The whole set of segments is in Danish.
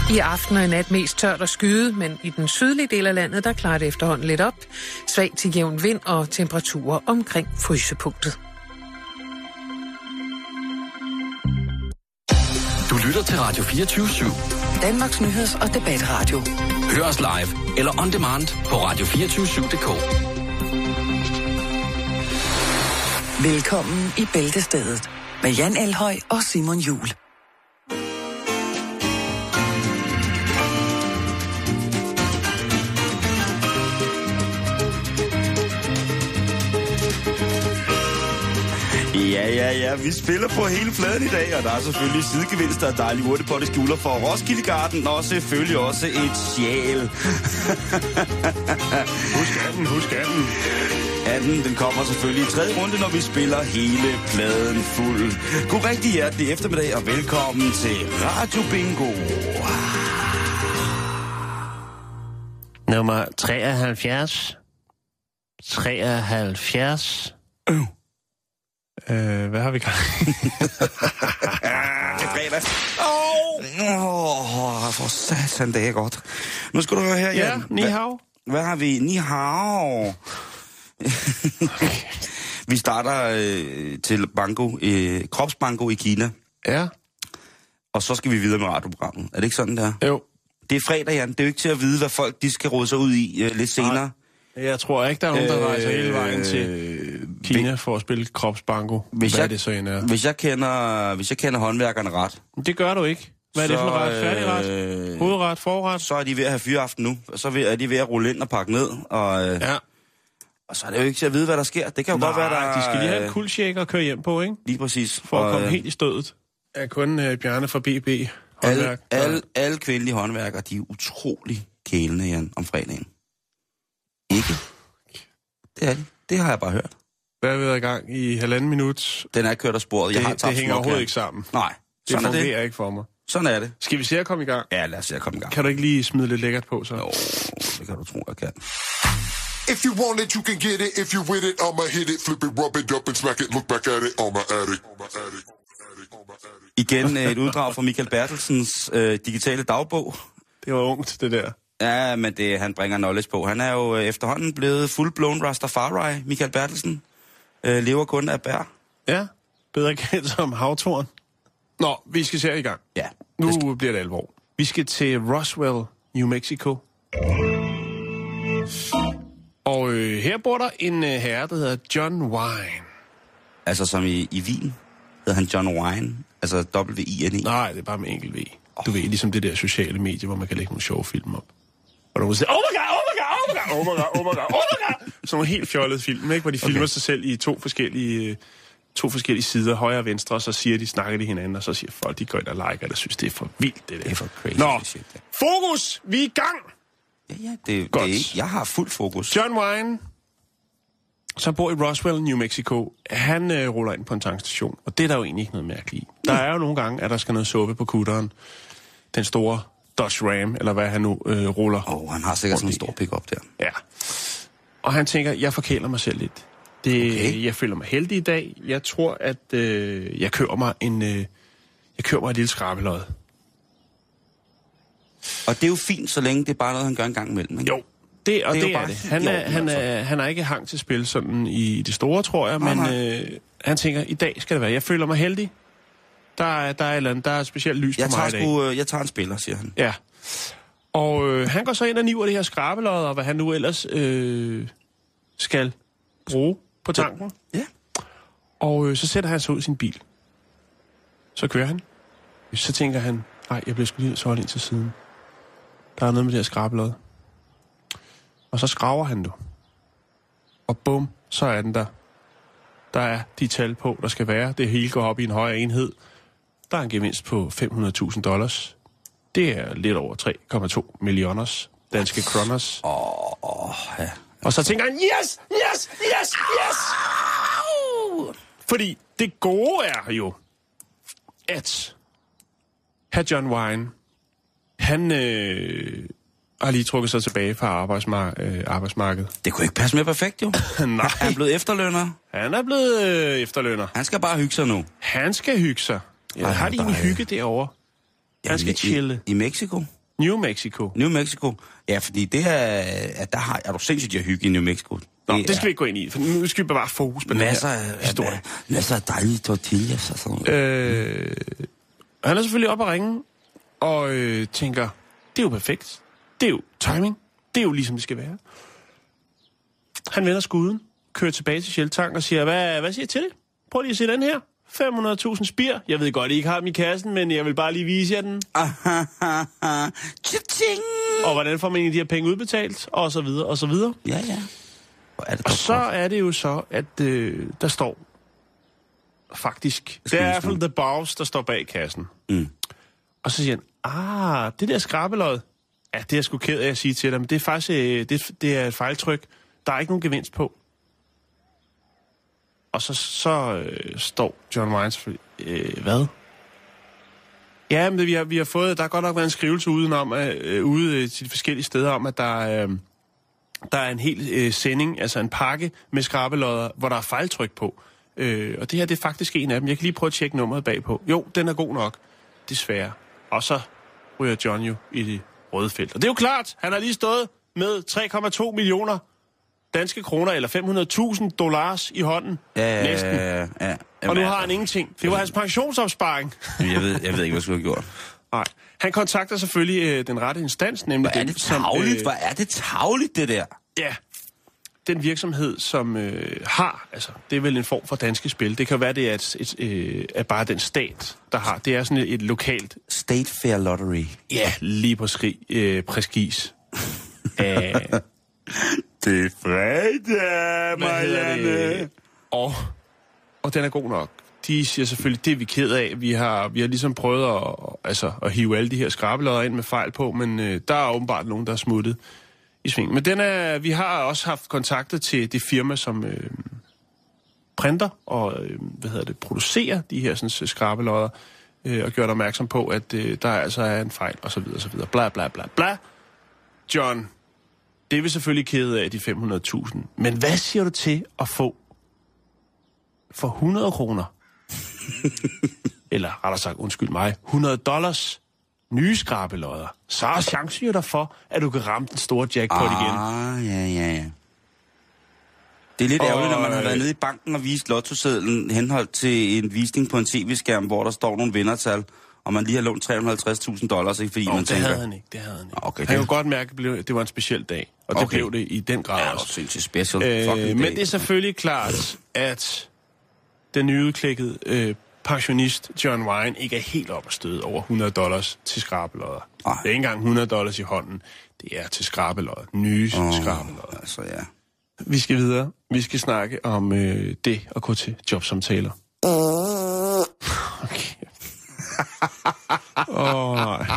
I aften og i nat mest tørt og skyde, men i den sydlige del af landet, der klarer det efterhånden lidt op. Svag til jævn vind og temperaturer omkring frysepunktet. Du lytter til Radio 24/7. Danmarks nyheds- og debatradio. Hør os live eller on demand på radio247.dk. Velkommen i Bæltestedet med Jan Elhøj og Simon Juhl. Ja, vi spiller på hele fladen i dag, og der er selvfølgelig sidegevinster og dejlige urtepotteskoler for Roskilde Garden, og selvfølgelig også et sjæl. Husk 18. 18, den kommer selvfølgelig i tredje runde, når vi spiller hele pladen fuld. God rigtig hjertelig eftermiddag, og velkommen til Radio Bingo. Nummer 73. 73. Hvad har vi gang? Det er fredag. For satan, det er godt. Nu skal du høre her, Jan. Ja, ni hao. Hvad har vi? Ni hao. Vi starter til banko, kropsbanko i Kina. Ja. Og så skal vi videre med radioprogrammet. Er det ikke sådan der? Jo. Det er fredag, Jan. Det er jo ikke til at vide, hvad folk de skal rode sig ud i lidt senere. Jeg tror ikke, der er nogen, der rejser hele vejen til Kina for at spille kropsbanko. Hvad er det så end er? Hvis jeg kender håndværkerne ret. Det gør du ikke. Hvad er det for en ret? Færdigret? Hovedret? Forret? Så er de ved at have fyreaften nu. Så er de ved at rulle ind og pakke ned. Ja. Og så er det jo ikke til at vide, hvad der sker. Det kan jo godt være, der... de skal lige have en kuldshaker at køre hjem på, ikke? Lige præcis. For at komme helt i stødet. Er kun Bjarne fra BB håndværk. Alle kvindelige håndværkere, de er utrolig kælende, Jan, om fredagen. Ikke? Det er de. Det har jeg bare hørt. Hvad har været i gang i 1,5 minut? Den er kørt af sporet. Det hænger overhovedet ikke sammen. Nej. Det fungerer ikke for mig. Sådan er det. Skal vi se at komme i gang? Ja, lad os se at komme i gang. Kan du ikke lige smide lidt lækkert på, så? Jo, det kan du tro, jeg kan. If you want it, you can get it. If you with it, I'ma hit it. Flip it, rub it up and smack it. Look back at it. I'ma add it. Igen et uddrag fra Michael Bertelsens digitale dagbog. Det var ungt, det der. Ja, men han bringer knowledge på. Han er jo efterhånden blevet full-blown Rastafari, Michael Bertelsen. Lever kun af bær. Ja, bedre kendt som havtorn. Nå, vi skal se i gang. Ja. Nu bliver det alvor. Vi skal til Roswell, New Mexico. Og her bor der en herre, der hedder John Wine. Altså som i Wien hedder han John Wine. Altså W-I-N-E. Nej, det er bare med enkelt V. Du ved, ligesom det der sociale medie, hvor man kan lægge nogle sjove film op. Og du siger, oh my god, oh my god, oh my god, oh my god, oh my god, oh my god. Sådan nogle helt fjollede film, ikke? Hvor de filmer sig selv i to forskellige sider, højre og venstre, og så snakker de hinanden, og så siger folk, de går ind og liker, der synes, det er for vildt, det der. Det er for crazy. Nå, shit, ja. fokus, vi er i gang! Ja, det er ikke. Jeg har fuld fokus. John Wine, som bor i Roswell, New Mexico, han ruller ind på en tankstation, og det er der jo egentlig ikke noget mærkeligt i. Der er jo nogle gange, at der skal noget suppe på kutteren. Den store Dodge Ram, eller hvad han nu ruller. Han har sikkert sådan en stor pick-up der. Ja. Og han tænker, jeg forkæler mig selv lidt. Jeg føler mig heldig i dag. Jeg tror, at jeg kører mig et lille skrabelod. Og det er jo fint, så længe det er bare noget, han gør en gang imellem, ikke? Jo, det er det. Han er ikke hang til spil sådan i det store, tror jeg, men han tænker, i dag skal det være. Jeg føler mig heldig. Der er et specielt lys på mig i dag. Jeg tager en spiller, siger han. Ja. Og han går så ind og niver det her skrabelod, og hvad han nu ellers skal bruge på tanken. Ja. Og så sætter han sig ud i sin bil. Så kører han. Så tænker han, nej, jeg bliver sgu lige så holdt ind til siden. Der er noget med det her skrabelod. Og så skraver han det. Og bum, så er den der. Der er de tal på, der skal være. Det hele går op i en højere enhed. Der er en gevinst på $500,000. Det er lidt over 3,2 millioner danske kroners. Ja. Og så tænker han, yes! Fordi det gode er jo, at herr John Wine, han har lige trukket sig tilbage fra arbejdsmarkedet. Det kunne ikke passe mere perfekt, jo. Nej. Han er blevet efterlønner. Han er blevet efterlønner. Han skal bare hygge sig nu. Han skal hygge sig. Ja, har de en hygge derovre? Han skal chille. I Mexico? New Mexico. New Mexico. Ja, fordi det er der du sindssygt at hygge i New Mexico. Det skal vi ikke gå ind i, for nu skal vi bevare fokus på den her historie. Masser af dejlige tortillas og sådan noget. Han er selvfølgelig oppe at ringe, og tænker, det er jo perfekt. Det er jo timing. Det er jo ligesom det skal være. Han vender skuden, kører tilbage til Shell-tank og siger, hvad siger I til det? Prøv lige at se den her. 500.000 spir. Jeg ved godt, I ikke har dem i kassen, men jeg vil bare lige vise jer den. Og hvordan får man egentlig de her penge udbetalt? Og så videre, og så videre. Ja. Og så er det jo så, at der står faktisk... Det er i hvert fald The Boss, der står bag kassen. Mm. Og så siger han, det der skrabelod, ja, det er jeg sgu ked af at sige til dig, men det er faktisk det er et fejltryk. Der er ikke nogen gevinst på. Og så står John Wayne selvfølgelig, hvad? Ja, men vi har fået, der har godt nok været en skrivelse ude til de forskellige steder om, at der er en hel sending, altså en pakke med skrabelodder, hvor der er fejltryk på. Og det her, det er faktisk en af dem. Jeg kan lige prøve at tjekke nummeret bagpå. Jo, den er god nok. Desværre. Og så ryger John jo i det røde felt. Og det er jo klart, han har lige stået med 3,2 millioner danske kroner, eller $500.000 i hånden. Næsten. Ja. Og nu har han ingenting. Det var hans pensionsopsparing. Jeg ved ikke, hvad jeg skulle have gjort. Nej. Han kontakter selvfølgelig den rette instans, nemlig Hvor er det tarveligt, det der? Ja. Den virksomhed, som har, altså, det er vel en form for danske spil. Det kan være, det er bare den stat, der har. Det er sådan et lokalt... State Fair Lottery. Ja, lige på præcis. Det er fredag, Marianne. Og den er god nok. De siger selvfølgelig, det er vi ked af. Vi har ligesom prøvet at hive alle de her skrabelodder ind med fejl på, men der er åbenbart nogen, der er smuttet i sving. Men vi har også haft kontakter til det firma, som printer og producerer de her sådan, skrabelodder, og gjort opmærksom på, at der altså er en fejl, og så videre, så videre. Bla, bla, bla, bla. John, det er vi selvfølgelig kede af, de 500.000. Men hvad siger du til at få for 100 kroner? Eller rettere sagt, undskyld mig, $100 nye skrabelodder. Så er chancen jo derfor, at du kan ramme den store jackpot igen. Ja. Det er lidt ærgerligt, når man har været nede i banken og vist lottosedlen henholdt til en visning på en tv-skærm, hvor der står nogle vindertal, og man lige har lånt $350.000, ikke fordi man tænker... Det havde han ikke. Okay, han kunne godt mærke, at det var en speciel dag, og det blev det i den grad også. Ja, special. Men det er selvfølgelig klart, at den nyudklækkede pensionist John Wayne ikke er helt op at støde over $100 til skrabelodder. Det er ikke engang $100 i hånden. Det er til skrabelodder. Nye skrabelodder. Altså, ja. Vi skal videre. Vi skal snakke om det at gå til jobsamtaler. Okay. Nej.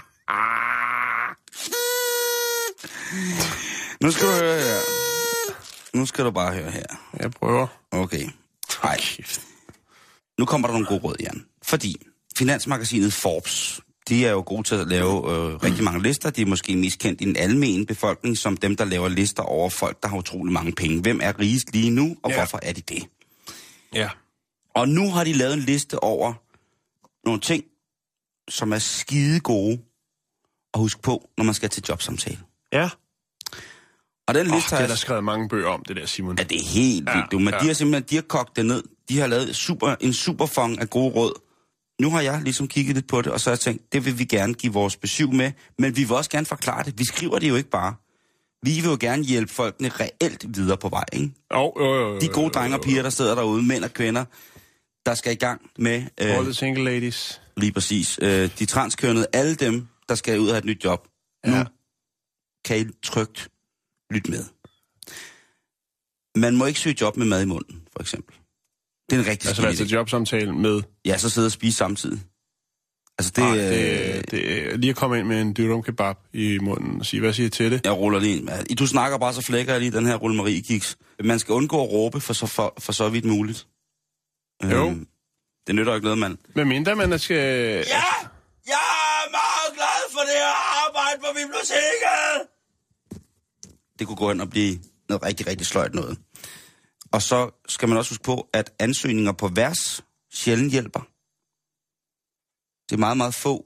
Nu skal du høre her. Nu skal du bare høre her. Jeg prøver. Okay. Hej. Nu kommer der nogle gode råd, Jan. Fordi finansmagasinet Forbes, de er jo gode til at lave rigtig mange lister. De er måske mest kendt i den almene befolkning som dem, der laver lister over folk, der har utrolig mange penge. Hvem er rigest lige nu, og hvorfor er de det? Ja. Og nu har de lavet en liste over nogle ting, som er skide gode at huske på, når man skal til jobsamtale. Ja. Og den liste det er der skrevet mange bøger om, det der, Simon. Ja, det er helt vildt. Men de har simpelthen kogt det ned. De har lavet en superfond af gode råd. Nu har jeg ligesom kigget lidt på det, og så har jeg tænkt, det vil vi gerne give vores besøg med, men vi vil også gerne forklare det. Vi skriver det jo ikke bare. Vi vil jo gerne hjælpe folkene reelt videre på vej, ikke? Jo. De gode drenge og piger, der sidder derude, mænd og kvinder, der skal i gang med... All the single ladies. Lige præcis. De transkønnede, alle dem, der skal ud og have et nyt job. Ja. Nu kan I trygt lytte med. Man må ikke søge job med mad i munden, for eksempel. Det er en rigtig skidt. Altså jobsamtale med... Ja, så sidde og spise samtidig. Altså det lige at komme ind med en dyrum kebab i munden og sige, hvad siger I til det? Jeg ruller lige ind. Du snakker bare, så flækker jeg lige den her rullemarie-kiks. Man skal undgå at råbe for så vidt muligt. Jo. Det nytter ikke noget, mand. Med mindre man skal... Ja! Jeg er meget glad for det her arbejde på biblioteket! Det kunne gå hen og blive noget rigtig, rigtig sløjt noget. Og så skal man også huske på, at ansøgninger på vers sjældent hjælper. Det er meget, meget få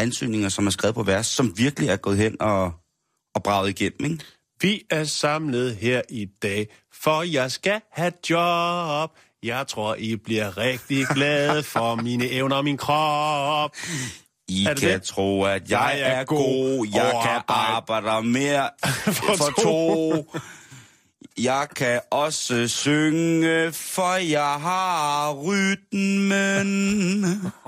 ansøgninger, som er skrevet på vers, som virkelig er gået hen og braget igennem, ikke? Vi er samlet her i dag, for jeg skal have job. Jeg tror, I bliver rigtig glade for mine evner og min krop. I kan tro, at jeg er god. Jeg kan arbejde mere for to. Jeg kan også synge, for jeg har rytmen.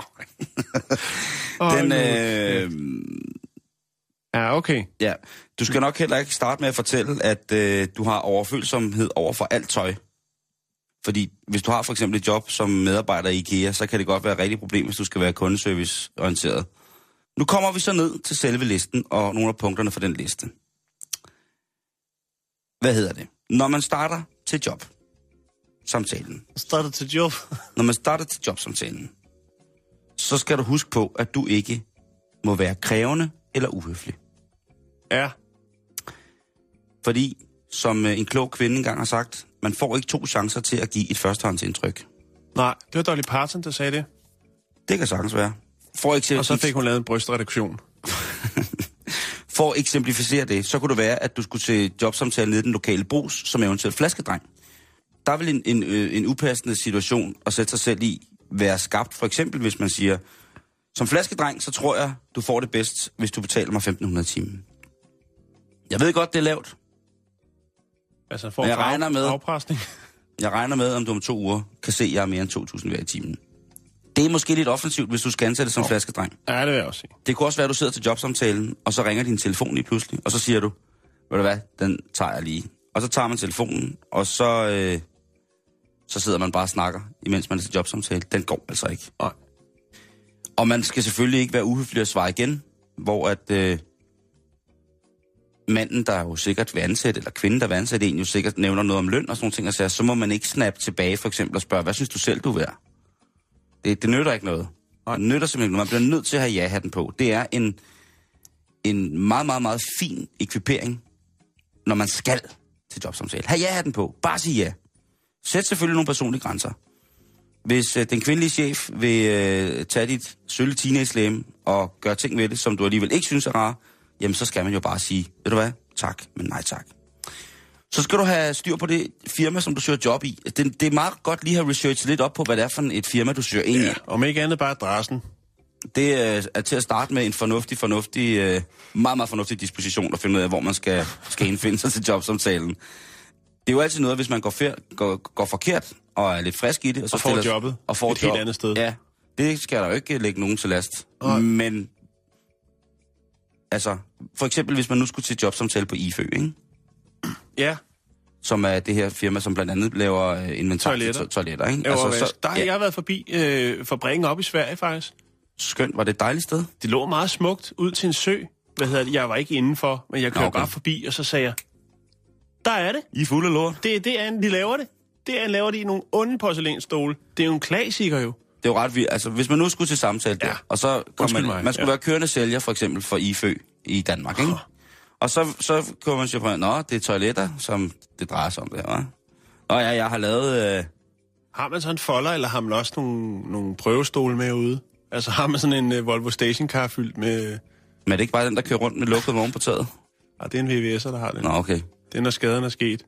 Ja, okay. Ja, du skal nok heller ikke starte med at fortælle, at du har overfølsomhed over for alt tøj. Fordi hvis du har for eksempel et job som medarbejder i IKEA, så kan det godt være et rigtigt problem, hvis du skal være kundeservice-orienteret. Nu kommer vi så ned til selve listen og nogle af punkterne for den liste. Hvad hedder det? Når man starter til jobsamtalen. Når man starter til jobsamtalen, så skal du huske på, at du ikke må være krævende eller uhøflig. Ja. Fordi, som en klog kvinde engang har sagt, man får ikke 2 chancer til at give et førstehåndsindtryk. Nej, det var Dolly Parton, der sagde det. Det kan sagtens være. Og så fik hun lavet en brystreduktion. For at eksemplificere det, så kunne det være, at du skulle til jobsamtale nede i den lokale brus, som eventuelt flaskedreng. Der er vel en upassende situation at sætte sig selv i, være skabt. For eksempel, hvis man siger, som flaskedreng, så tror jeg, du får det bedst, hvis du betaler mig 1.500 timen. Jeg ved godt, det er lavt. Altså for afpresning. Jeg regner med, om du om 2 uger kan se, at jeg er mere end 2.000 hver i timen. Det er måske lidt offensivt, hvis du skal ansætte som flaskedreng. Ja, det vil jeg også sige. Det kunne også være, at du sidder til jobsamtalen, og så ringer din telefon lige pludselig, og så siger du, ved du hvad, den tager jeg lige. Og så tager man telefonen, og så sidder man bare og snakker, imens man er til jobsamtale. Den går altså ikke. Nej. Og man skal selvfølgelig ikke være uhøflig at svare igen, hvor at manden, der jo sikkert vil ansætte, eller kvinden, der vil ansætte en, jo sikkert nævner noget om løn og sådan nogle ting, og siger, så må man ikke snappe tilbage for eksempel og spørge, hvad synes du selv, du er værd? Det nytter ikke noget. Det nytter simpelthen noget. Man bliver nødt til at have ja-hatten på. Det er en meget, meget, meget fin ekvipering, når man skal til jobsamtale. Ha' ja-hatten på. Bare sig ja. Sæt selvfølgelig nogle personlige grænser. Hvis den kvindelige chef vil tage dit sølle teenage-læme og gøre ting ved det, som du alligevel ikke synes er rare, jamen så skal man jo bare sige, ved du hvad, tak, men nej tak. Så skal du have styr på det firma, som du søger job i. Det er meget godt lige at have researchet lidt op på, hvad det er for et firma, du søger ind i. Ja, om ikke andet bare adressen. Det er til at starte med en meget, meget fornuftig disposition at finde ud af, hvor man skal indfinde sig til jobsamtalen. Det er jo altid noget, hvis man går forkert og er lidt frisk i det. Og så får jobbet og får et helt andet sted. Ja, det skal der jo ikke lægge nogen til last. Men altså, for eksempel hvis man nu skulle til jobsamtale på IFØ, ikke? Ja. Som er det her firma, som blandt andet laver inventar til toiletter, ikke? Der har jeg været forbi fabrikken op i Sverige, faktisk. Skønt, var det et dejligt sted? Det lå meget smukt ud til en sø. Jeg var ikke indenfor, men jeg kørte bare forbi, og så sagde jeg, der er det. I fulde lort. Det er, de laver det. Det laver de i nogle onde porcelænsstole. Det er jo en klassiker jo. Det er jo ret vildt. Altså, hvis man nu skulle til samtale der, og så man skulle være kørende sælger, for eksempel for IFØ i Danmark, ikke? Og så kunne man sige på, det er toiletter, som det drejer sig om det her, hva'? Nå ja, jeg har lavet... Har man så en folder, eller har man også nogle prøvestole med ude? Altså har man sådan en Volvo stationcar fyldt med... Men er det ikke bare den, der kører rundt med lukket vogn på taget? Nej, det er en VVS'er, der har den. Nå, okay. Det er, når skaden er sket.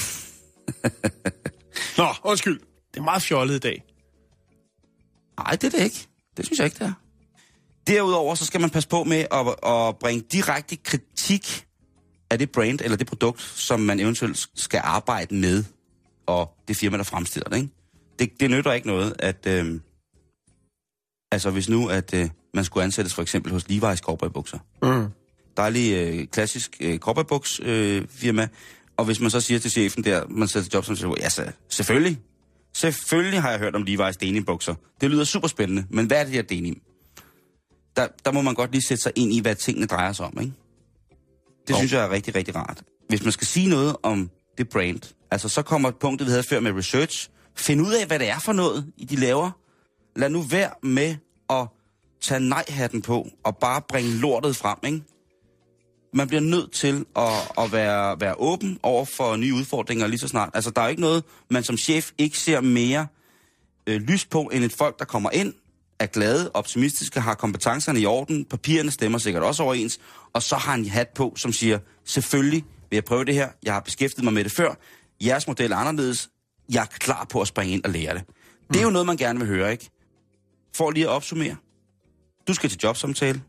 Nå, undskyld. Det er meget fjollet i dag. Nej, det er det ikke. Det synes jeg ikke, det er. Derudover så skal man passe på med at bringe direkte kritik af det brand eller det produkt, som man eventuelt skal arbejde med, og det firma, der fremstiller det, ikke? Det nytter ikke noget, at... altså, hvis nu, at man skulle ansættes for eksempel hos Levi's cowboybukser. Dejlig klassisk cowboybuks firma, og hvis man så siger til chefen der, man sætter job som siger, ja, så selvfølgelig. Selvfølgelig har jeg hørt om Levi's denimbukser. Det lyder super spændende, men hvad er det her denim? Der må man godt lige sætte sig ind i, hvad tingene drejer sig om, ikke? Det synes jeg er rigtig, rigtig rart. Hvis man skal sige noget om det brand, altså så kommer punktet, vi havde før med research. Find ud af, hvad det er for noget, de laver. Lad nu være med at tage nej-hatten på og bare bringe lortet frem, ikke? Man bliver nødt til at være åben over for nye udfordringer lige så snart. Altså, der er ikke noget, man som chef ikke ser mere lys på, end et folk, der kommer ind, er glade, optimistiske, har kompetencerne i orden, papirerne stemmer sikkert også overens, og så har han en hat på, som siger, selvfølgelig vil jeg prøve det her, jeg har beskæftiget mig med det før, jeres model er anderledes, jeg er klar på at springe ind og lære det. Det er jo noget, man gerne vil høre, ikke? For lige at opsummere. Du skal til jobsamtale.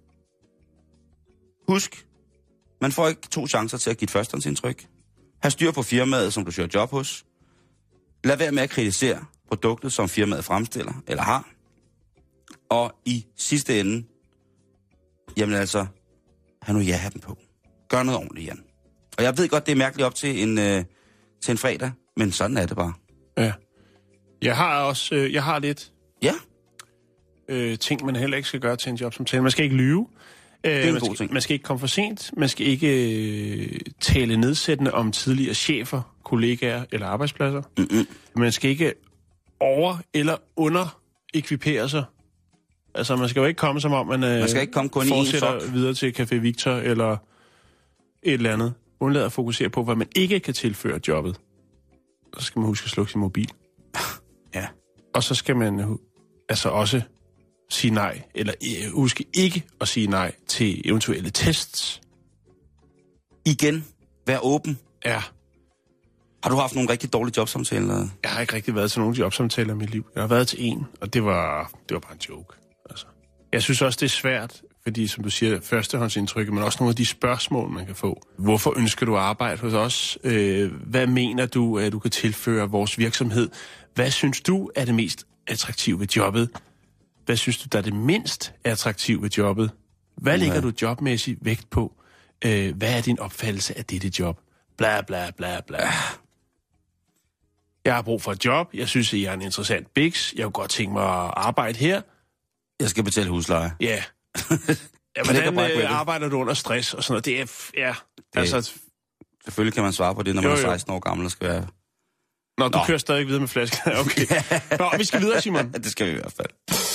Husk, man får ikke 2 chancer til at give et førstehåndsindtryk. Ha' styr på firmaet, som du søger job hos. Lad være med at kritisere produktet, som firmaet fremstiller eller har. Og i sidste ende, jamen altså, have nu ja-hatten på. Gør noget ordentligt, Jan. Og jeg ved godt, det er mærkeligt op til en fredag, men sådan er det bare. Ja. Jeg har lidt ting, man heller ikke skal gøre til en jobsamtale. Man skal ikke lyve. Man skal ikke komme for sent. Man skal ikke tale nedsættende om tidligere chefer, kollegaer eller arbejdspladser. Man skal ikke over- eller under-ekvipere sig. Altså, man skal jo ikke komme som om, man skal ikke komme kun fortsætter videre til Café Victor eller et eller andet. Undlad at fokusere på, hvad man ikke kan tilføre jobbet. Så skal man huske at slukke sin mobil. Ja. Og så skal man altså også sige nej, eller huske ikke at sige nej til eventuelle tests. Igen, vær åben. Ja. Har du haft nogle rigtig dårlige jobsamtaler? Jeg har ikke rigtig været til nogen jobsamtaler i mit liv. Jeg har været til en, og det var bare en joke. Altså. Jeg synes også, det er svært, fordi som du siger, førstehåndsindtrykket, men også nogle af de spørgsmål, man kan få. Hvorfor ønsker du at arbejde hos os? Hvad mener du, at du kan tilføre vores virksomhed? Hvad synes du er det mest attraktive ved jobbet? Hvad synes du, der er det mindst attraktive ved jobbet? Hvad lægger du jobmæssigt vægt på? Hvad er din opfattelse af dette job? Bla, bla, bla, bla. Jeg har brug for et job. Jeg synes, at jeg er en interessant biks. Jeg kunne godt tænke mig at arbejde her. Jeg skal betale husleje. Ja. Hvordan arbejder du under stress og sådan noget? Det er... Altså, selvfølgelig kan man svare på det, når man er 16 år gammel og skal være... Nå, du kører stadig videre med flasken. Okay. Nå, vi skal videre, Simon. Det skal vi i hvert fald.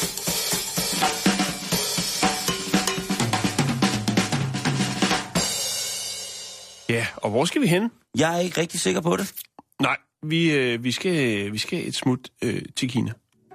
Ja, og hvor skal vi hen? Jeg er ikke rigtig sikker på det. Nej, vi skal et smut til Kina.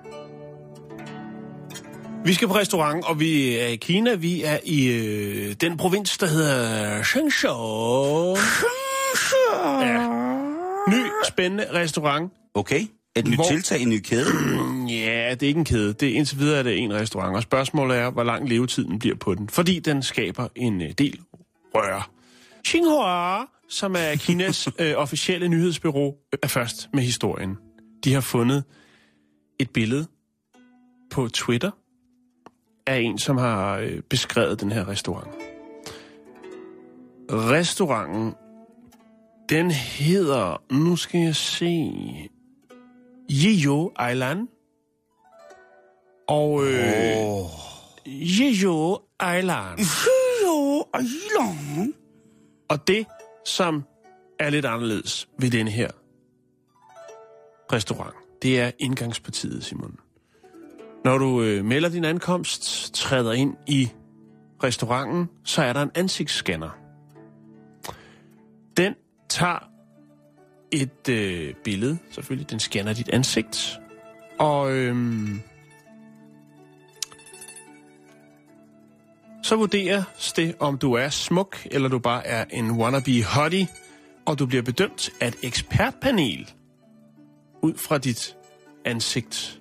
Vi skal på restaurant, og vi er i Kina. Vi er i den provins, der hedder Shenzhou. Ja. Ny, spændende restaurant. Okay. Et nyt tiltag, en ny kæde? Ja, det er ikke en kæde. Indtil videre er det en restaurant, og spørgsmålet er, hvor lang levetiden bliver på den. Fordi den skaber en del røre. Xinhua, som er Kinas officielle nyhedsbureau, er først med historien. De har fundet et billede på Twitter af en, som har beskrevet den her restaurant. Restauranten, den hedder, nu skal jeg se, Jeju Island. Og Jeju Island. Jeju Island. Og det, som er lidt anderledes ved denne her restaurant, det er indgangspartiet, Simon. Når du melder din ankomst, træder ind i restauranten, så er der en ansigtsscanner. Den tager et billede, selvfølgelig. Den scanner dit ansigt. Og så vurderes det, om du er smuk, eller du bare er en wannabe hottie, og du bliver bedømt af et ekspertpanel ud fra dit ansigts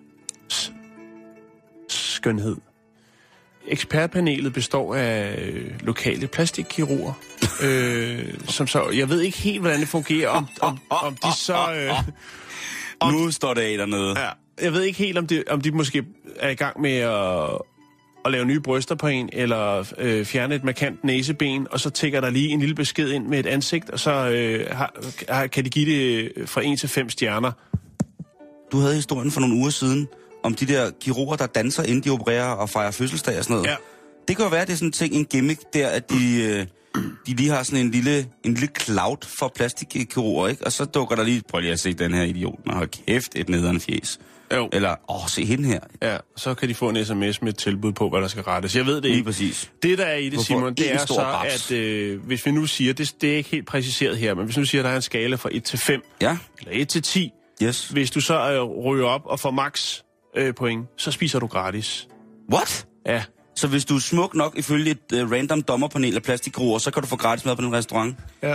skønhed. Ekspertpanelet består af lokale plastikkirurger, som så... Jeg ved ikke helt, hvordan det fungerer, om de så... Nu står det af dernede. Ja, jeg ved ikke helt, om de måske er i gang med at lave nye bryster på en, eller fjerne et markant næseben, og så tækker der lige en lille besked ind med et ansigt, og så kan de give det fra 1 til 5 stjerner. Du havde historien for nogle uger siden om de der kirurger, der danser, inden de opererer og fejrer fødselsdag og sådan noget. Ja. Det kan jo være, at det er sådan en ting, en gimmick der, at de lige har sådan en lille cloud for plastikkirurger, ikke? Og så dukker der lige, prøv lige at se den her idiot, man har kæft et nederen fjes. Jo. Eller, se hende her. Ja, så kan de få en sms med et tilbud på, hvad der skal rettes. Jeg ved det ikke. Lige præcis. Det, der er i det, Simon, det er så, at hvis vi nu siger, det er ikke helt præciseret her, men hvis vi nu siger, at der er en skala fra 1 til 5, eller 1 til 10, yes. Hvis du så ryger op og får max point, så spiser du gratis. What? Ja. Så hvis du er smuk nok ifølge et random dommerpanel af plastikgruer, så kan du få gratis mad på den restaurant? Ja.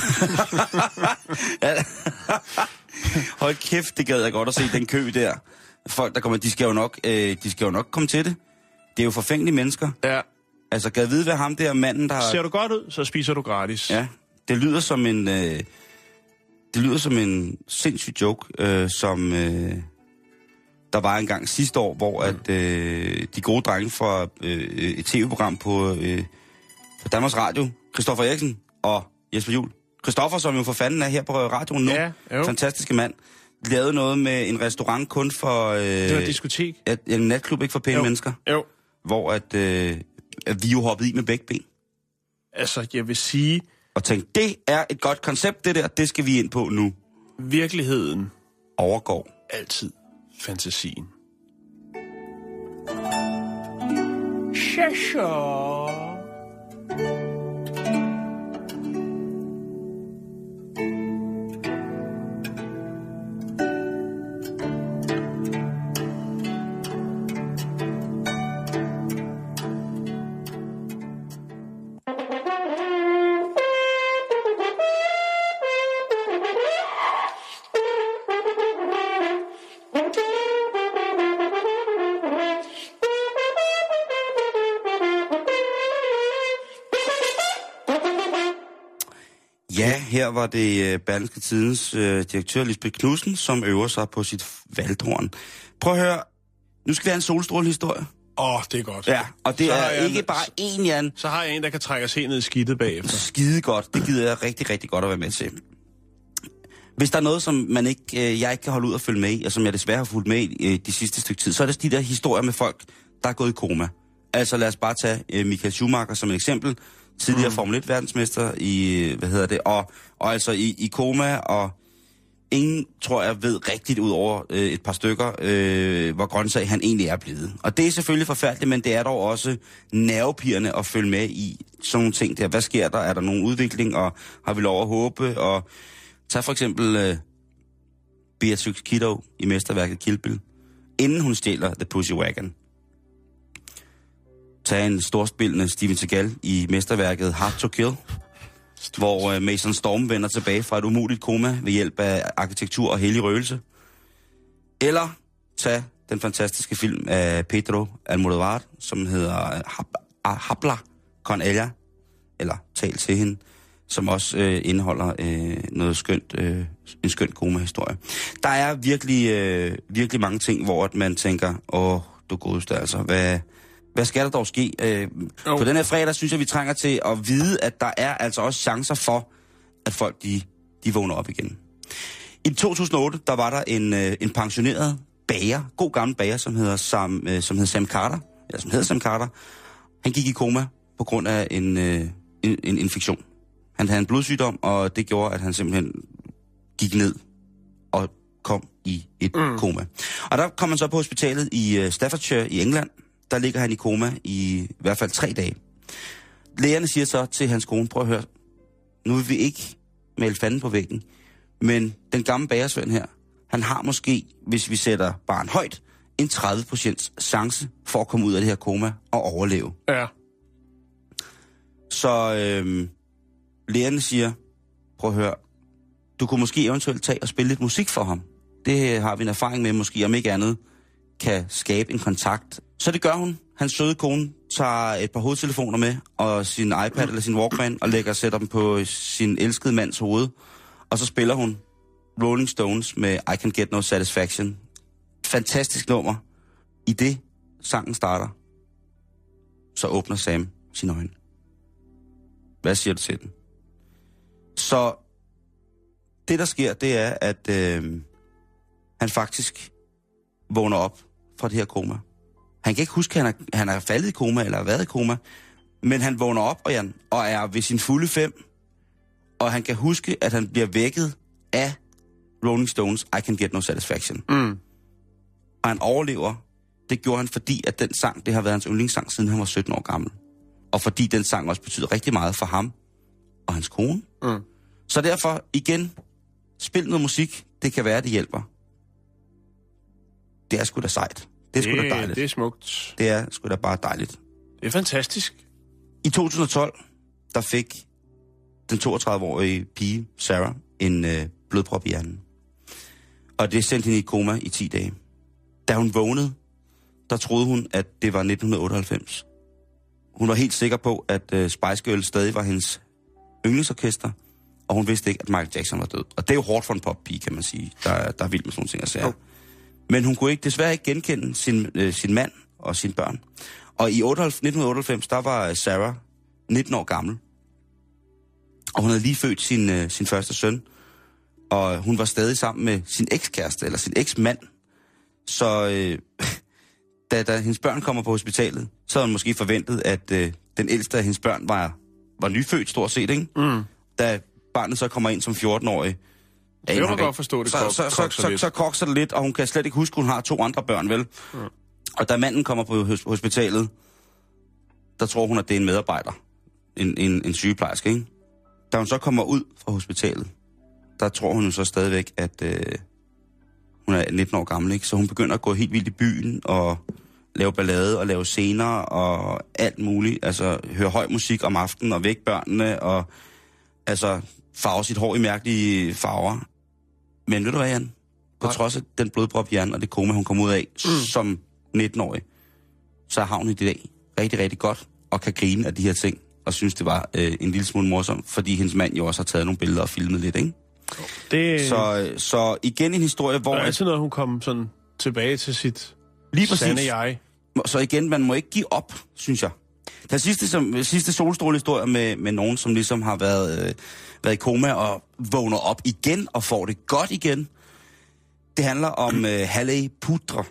Hold kæft, det gad jeg godt at se, den kø der. Folk, der kommer, de skal jo nok komme til det. Det er jo forfængelige mennesker. Ja. Altså, gad vide, hvad ham der manden, der... Ser du godt ud, så spiser du gratis. Ja, det lyder som en sindssyg joke, som der var engang sidste år, hvor at de gode drenge fra et tv-program på Danmarks Radio, Christoffer Eriksen og Jesper Juhl. Christoffer, som jo for fanden er her på radioen nu, fantastiske mand, lavede noget med en restaurant kun for... det var et diskotek. En natklub, ikke for pæne mennesker. Jo. Hvor at vi jo hoppede i med begge ben. Altså, jeg vil sige... Og tænkte, det er et godt koncept, det der, det skal vi ind på nu. Virkeligheden overgår altid fantasien. Ja, her var det Berlingske Tidens direktør Lisbeth Knudsen, som øver sig på sit valthorn. Prøv at høre, nu skal vi have en solstrålehistorie. Det er godt. Ja, og det er ikke bare én, Jan. Så har jeg en, der kan trække os helt ned i skidtet bagefter. Skide godt, det gider jeg rigtig, rigtig godt at være med til. Hvis der er noget, som jeg ikke kan holde ud at følge med i, og som jeg desværre har fulgt med i de sidste stykke tid, så er det de der historier med folk, der er gået i koma. Altså lad os bare tage Michael Schumacher som et eksempel. Tidligere Formel 1-verdensmester i, og altså i koma, og ingen, tror jeg, ved rigtigt ud over et par stykker, hvor grøntsag han egentlig er blevet. Og det er selvfølgelig forfærdeligt, men det er dog også nervepirrende at følge med i sådan nogle ting der. Hvad sker der? Er der nogen udvikling, og har vi lov at håbe? Og tag for eksempel Beatrix Kiddo i mesterværket Kill Bill, inden hun stjæler The Pussy Wagon. Tag en storspillende Steven Seagal i mesterværket Hard to Kill, hvor Mason Storm vender tilbage fra et umuligt koma ved hjælp af arkitektur og hellig røgelse. Eller tag den fantastiske film af Pedro Almodovar, som hedder Habla con ella, eller Tal til hende, som også indeholder noget skønt, en skøn koma-historie. Der er virkelig mange ting, hvor man tænker, du godeste, altså, hvad skal der dog ske? På den her fredag synes jeg, vi trænger til at vide, at der er altså også chancer for, at folk de vågner op igen. I 2008, der var der en pensioneret bager, god gammel bager, som hedder Sam Carter, eller som hedder Sam Carter. Han gik i koma på grund af en infektion. Han havde en blodsygdom, og det gjorde, at han simpelthen gik ned og kom i et koma. Og der kom han så på hospitalet i Staffordshire i England. Der ligger han i koma i hvert fald 3 dage. Lægerne siger så til hans kone, prøv at høre, nu vil vi ikke male fanden på væggen, men den gamle bagersvend her, han har måske, hvis vi sætter barn højt, en 30% chance for at komme ud af det her koma og overleve. Ja. Så lægerne siger, prøv at høre, du kunne måske eventuelt tage og spille lidt musik for ham. Det har vi en erfaring med, måske om ikke andet kan skabe en kontakt. Så det gør hun. Hans søde kone tager et par hovedtelefoner med, og sin iPad eller sin Walkman, og sætter dem på sin elskede mands hoved. Og så spiller hun Rolling Stones med I Can Get No Satisfaction. Fantastisk nummer. I det sangen starter, så åbner Sam sine øjne. Hvad siger du til den? Så det, der sker, det er, at han faktisk vågner op fra det her koma. Han kan ikke huske, at han er faldet i koma, eller har været i koma, men han vågner op, og er ved sin fulde 5, og han kan huske, at han bliver vækket af Rolling Stones I Can Get No Satisfaction. Og han overlever. Det gjorde han, fordi at den sang, det har været hans yndlingssang, siden han var 17 år gammel. Og fordi den sang også betyder rigtig meget for ham og hans kone. Så derfor, igen, spil noget musik. Det kan være, det hjælper. Det er sgu da sejt. Det er sgu da dejligt. Det er smukt. Det er sgu da bare dejligt. Det er fantastisk. I 2012, der fik den 32-årige pige, Sarah, en blodprop i hjernen. Og det sendte hende i koma i 10 dage. Da hun vågnede, der troede hun, at det var 1998. Hun var helt sikker på, at Spice Girls stadig var hendes yndlingsorkester, og hun vidste ikke, at Michael Jackson var død. Og det er jo hårdt for en poppige, kan man sige, der er vild med sådan nogle ting at sige. Men hun kunne desværre ikke genkende sin mand og sine børn. Og i 1998, der var Sarah 19 år gammel. Og hun havde lige født sin første søn. Og hun var stadig sammen med sin ekskæreste, eller sin eksmand. Så da hendes børn kommer på hospitalet, så havde hun måske forventet, at den ældste af hendes børn var nyfødt stort set, ikke? Mm. Da barnet så kommer ind som 14-årig. Det kan man godt forstå, det så kokser det lidt, og hun kan slet ikke huske, at hun har 2 andre børn, vel? Mm. Og da manden kommer på hospitalet, der tror hun, at det er en medarbejder. En sygeplejerske, ikke? Da hun så kommer ud fra hospitalet, der tror hun jo så stadigvæk, at hun er 19 år gammel, ikke? Så hun begynder at gå helt vildt i byen og lave ballade og lave scener og alt muligt. Altså høre høj musik om aftenen og vække børnene og altså farve sit hår i mærkelige farver. Men ved du hvad, Jan? På trods af den blodprop i hjernen og det koma, hun kom ud af som 19-årig, så har hun i dag rigtig, rigtig godt og kan grine af de her ting og synes, det var en lille smule morsomt, fordi hendes mand jo også har taget nogle billeder og filmet lidt, ikke? Så igen en historie, hvor... Der er altid noget, hun kom sådan tilbage til sit lige præcis. Sande jeg. Så igen, man må ikke give op, synes jeg. Den sidste solstrålehistorie med nogen, som ligesom har været i koma og vågner op igen og får det godt igen. Det handler om Haley Putre,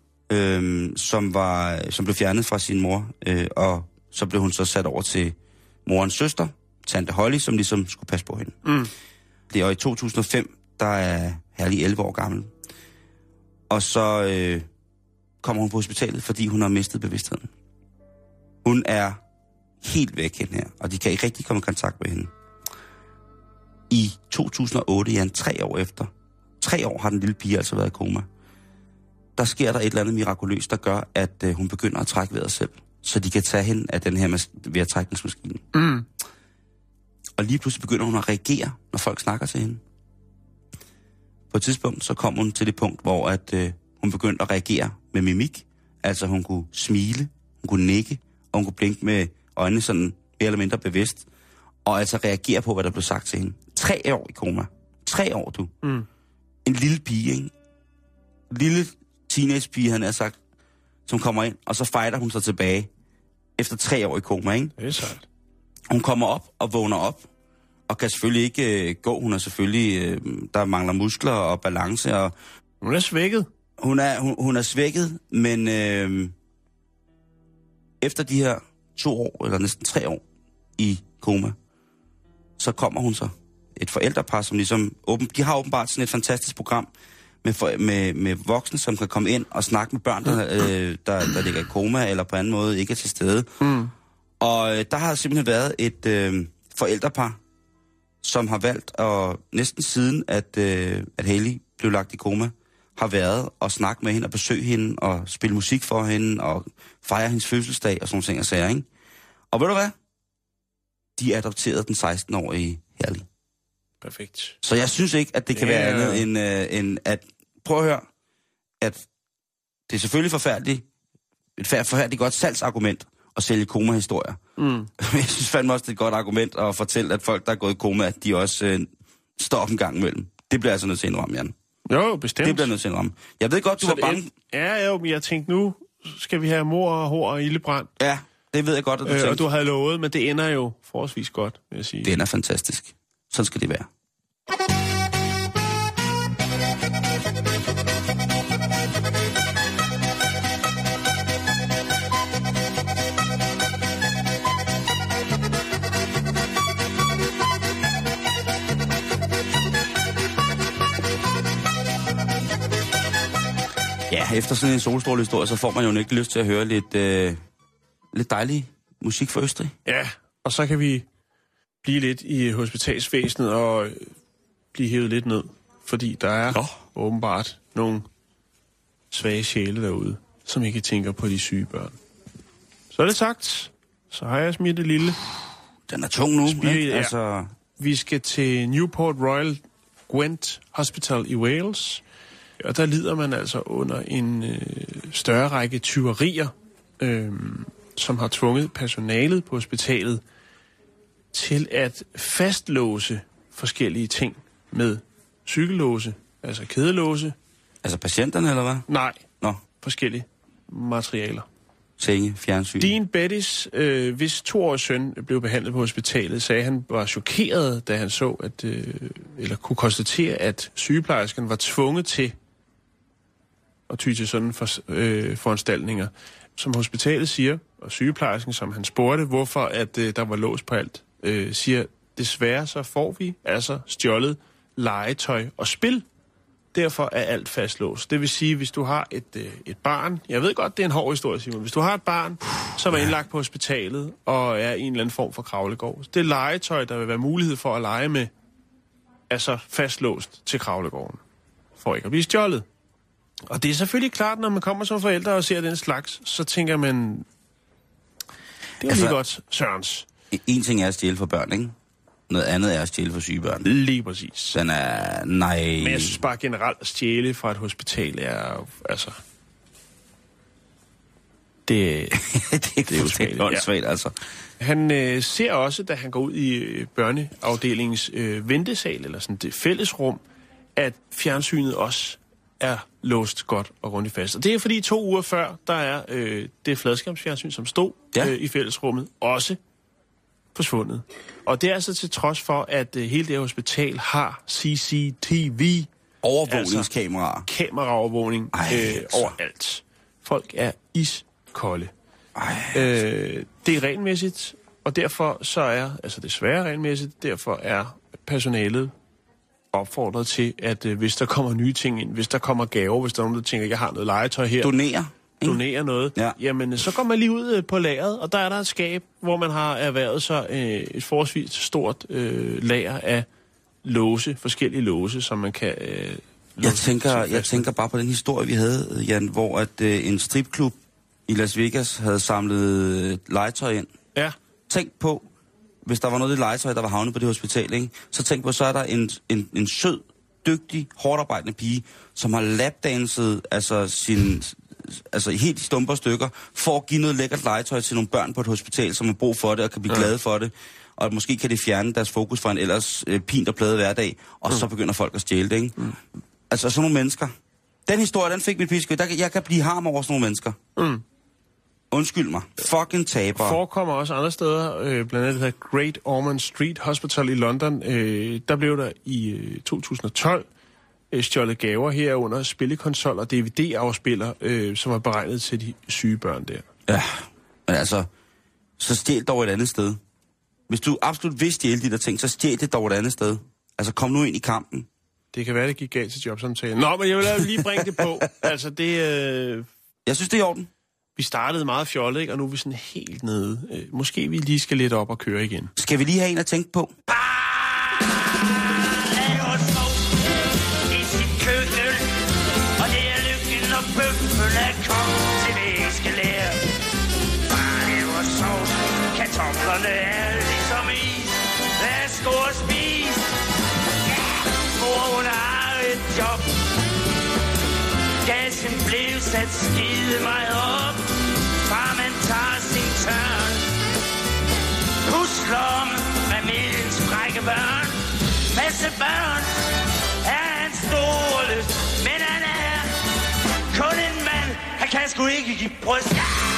som blev fjernet fra sin mor, og så blev hun så sat over til morens søster, tante Holly, som ligesom skulle passe på hende. Mm. Det er i 2005, der er Haley 11 år gammel. Og så kommer hun på hospitalet, fordi hun har mistet bevidstheden. Hun er helt væk hende her, og de kan ikke rigtig komme i kontakt med hende. I 2008, ja, 3 år efter, 3 år har den lille pige altså været i koma. Der sker der et eller andet mirakuløst, der gør, at hun begynder at trække vejret selv, så de kan tage hende af den her vejrtrækningsmaskine. Mm. Og lige pludselig begynder hun at reagere, når folk snakker til hende. På et tidspunkt, så kom hun til det punkt, hvor hun begyndte at reagere med mimik. Altså hun kunne smile, hun kunne nikke, og hun kunne blinke med øjnene sådan mere eller mindre bevidst. Og altså reagere på, hvad der blev sagt til hende. 3 år i koma. 3 år, du. Mm. En lille pige, ikke? En lille teenagepige, han har sagt, som kommer ind, og så fighter hun sig tilbage efter 3 år i koma, ikke? Det er sejt. Hun kommer op og vågner op, og kan selvfølgelig ikke gå. Hun er selvfølgelig, der mangler muskler og balance. Og hun er svækket. Hun er svækket, men efter de her 2 år, eller næsten 3 år i koma, så kommer hun så. Et forældrepar, som ligesom... De har åbenbart sådan et fantastisk program med voksne, som kan komme ind og snakke med børn, der ligger i koma, eller på anden måde ikke er til stede. Mm. Og der har simpelthen været et forældrepar, som har valgt, og næsten siden, at Haley blev lagt i koma, har været og snakke med hende og besøge hende og spille musik for hende og fejre hendes fødselsdag og sådan ting og sager, ikke? Og ved du hvad? De adopterede den 16-årige Haley. Perfekt. Så jeg synes ikke, at det kan være andet end at... Prøv at høre, at det er selvfølgelig et forfærdeligt godt salgsargument at sælge koma-historier. Mm. Jeg synes fandme også, det er et godt argument at fortælle, at folk, der er gået i koma, at de også står op en gang imellem. Det bliver altså nødt til at indrømme, Jan. Jo, bestemt. Det bliver nødt til at indrømme. Jeg ved godt, du var bange. Ja, men jeg tænkte, nu skal vi have mor og hår og ildebrand. Ja, det ved jeg godt, at du tænkte. Og du havde lovet, men det ender jo forholdsvis godt, vil jeg sige. Det ender fantastisk. Sådan skal det være. Ja, efter sådan en solstrålehistorie, så får man jo ikke lyst til at høre lidt dejlig musik fra Østrig. Ja, og så kan vi blive lidt i hospitalsvæsenet og blive hævet lidt ned, fordi der er åbenbart nogle svage sjæle derude, som ikke tænker på de syge børn. Så er det sagt. Så har jeg smidt det lille. Den er tung nu, ikke? Ja. Altså... Vi skal til Newport Royal Gwent Hospital i Wales. Og der lider man altså under en større række tyverier, som har tvunget personalet på hospitalet til at fastlåse forskellige ting med cykellåse, altså kædelåse. Altså patienterne, eller hvad? Nej, Nå. forskellige materialer. Senge, fjernsyn. Dean Bettis, hvis 2-årige søn blev behandlet på hospitalet, sagde han var chokeret, da han så, at, eller kunne konstatere, at sygeplejersken var tvunget til at ty til sådan foranstaltninger. Som hospitalet siger, og sygeplejersken, som han spurgte, hvorfor at der var lås på alt, siger, desværre så får vi altså stjålet legetøj og spil. Derfor er alt fastlåst. Det vil sige, hvis du har et barn, jeg ved godt, det er en hård historie, Simon, hvis du har et barn, som er indlagt på hospitalet og er i en eller anden form for kravlegård, det legetøj, der vil være mulighed for at lege med, er så fastlåst til kravlegården, for ikke at blive stjålet. Og det er selvfølgelig klart, når man kommer som forældre og ser den slags, så tænker man, det er lige godt, Sørens. En ting er at stjæle for børn, ikke? Noget andet er at stjæle for syge børn. Lige præcis. Den er... Nej... Men jeg synes bare generelt, at stjæle fra et hospital er altså... Det er jo åndssvagt, altså. Han ser også, da han går ud i børneafdelingens ventesal, eller sådan det fællesrum, at fjernsynet også er låst godt og grundigt fast. Og det er fordi 2 uger før, der er det fladskærmsfjernsyn, som stod i fællesrummet, også forsvundet. Og det er altså til trods for, at hele det her hospital har CCTV. Overvågningskameraer. Altså kameraovervågning overalt. Folk er iskolde. Det er regelmæssigt, og derfor så er, altså desværre regelmæssigt, derfor er personalet opfordret til, at hvis der kommer nye ting ind, hvis der kommer gaver, hvis der er nogen, der tænker, jeg har noget legetøj her. Donere noget. Ja. Jamen, så går man lige ud på lageret, og der er der et skab, hvor man har erhvervet sig et forholdsvis stort lager af forskellige låse, som man kan... Jeg tænker bare på den historie, vi havde, Jan, hvor at en stripklub i Las Vegas havde samlet legetøj ind. Ja. Tænk på, hvis der var noget af det legetøj, der var havnet på det hospital, ikke? Så tænk på, så er der en sød, dygtig, hårdarbejdende pige, som har lapdanset helt i stumper stykker, for at give noget lækkert legetøj til nogle børn på et hospital, som har brug for det og kan blive glade for det. Og måske kan det fjerne deres fokus fra en ellers pint og plade hverdag, og så begynder folk at stjæle det, ikke? Altså sådan nogle mennesker. Den historie, den fik mit piske. Jeg kan blive harm over sådan nogle mennesker. Undskyld mig. Fucking taber. Forekommer også andre steder, blandt andet det her Great Ormond Street Hospital i London. Der blev der i 2012 stjålet gaver herunder spillekonsoller og DVD-afspiller, som var beregnet til de syge børn der. Ja, men altså, så stjæl dog et andet sted. Hvis du absolut vil stjæle de der ting, så stjæl det dog et andet sted. Altså, kom nu ind i kampen. Det kan være, det gik galt til jobsamtalen. Nå, men jeg vil lige bringe det på. Altså, det... Jeg synes, det er i orden. Vi startede meget fjollet, ikke? Og nu er vi sådan helt nede. Måske vi lige skal lidt op og køre igen. Skal vi lige have en at tænke på? Kartoflerne er ligesom is. Værsgo og spis. Ja, mor, hun har et job. Gassen blev sat skide meget op. Far, man tager sin tørn. Pusler med familiens frække børn. Masse børn er hans store lyst. Men han er kun en mand. Han kan sgu ikke give bryst.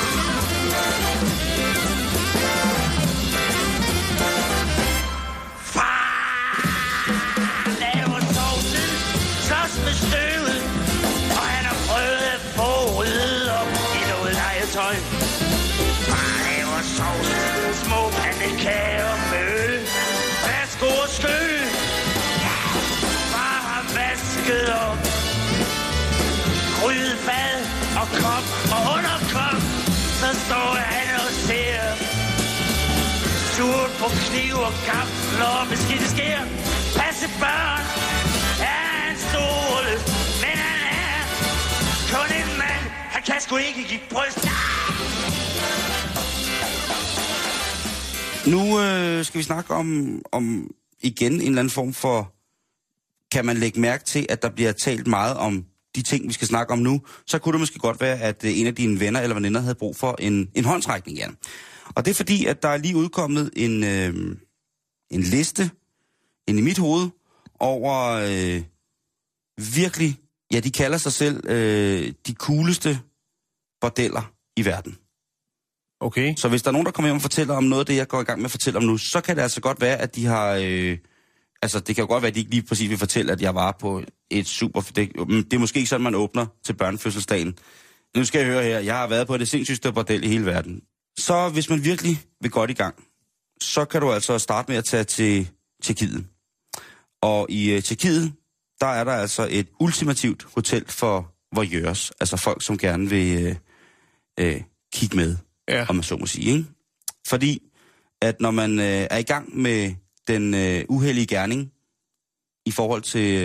Med støvet, og han har prøvet at få ryddet op i noget legetøj. Far laver sovs, små pandekager med øl, og der er sko og skø. Far har vasket op, gryde, bad og kop og underkop. Så står han og ser surt på kniv og gafler og beskidte skær. Passe børn er hans store lyst, men han er kun en mand. Han kan skulle ikke give bryst. Nu skal vi snakke om igen en eller anden form for... Kan man lægge mærke til, at der bliver talt meget om de ting, vi skal snakke om nu, så kunne det måske godt være, at en af dine venner eller veninder havde brug for en håndsrækning, Jan. Og det er fordi, at der er lige udkommet en liste ind i mit hoved over virkelig, ja, de kalder sig selv de cooleste bordeller i verden. Okay. Så hvis der er nogen, der kommer hjem og fortæller om noget af det, jeg går i gang med at fortælle om nu, så kan det altså godt være, at de har... altså, det kan jo godt være, at de ikke lige præcis vil fortælle, at jeg var på et super... Det er måske ikke sådan, man åbner til børnefødselsdagen. Nu skal jeg høre her, jeg har været på det sindssygste bordel i hele verden. Så hvis man virkelig vil godt i gang, så kan du altså starte med at tage til Tjekkiet. Og i Tjekkiet, der er der altså et ultimativt hotel for voyeurs. Altså folk, som gerne vil kigge med, om man så må sige. Ikke? Fordi at når man er i gang med den uheldige gerning i forhold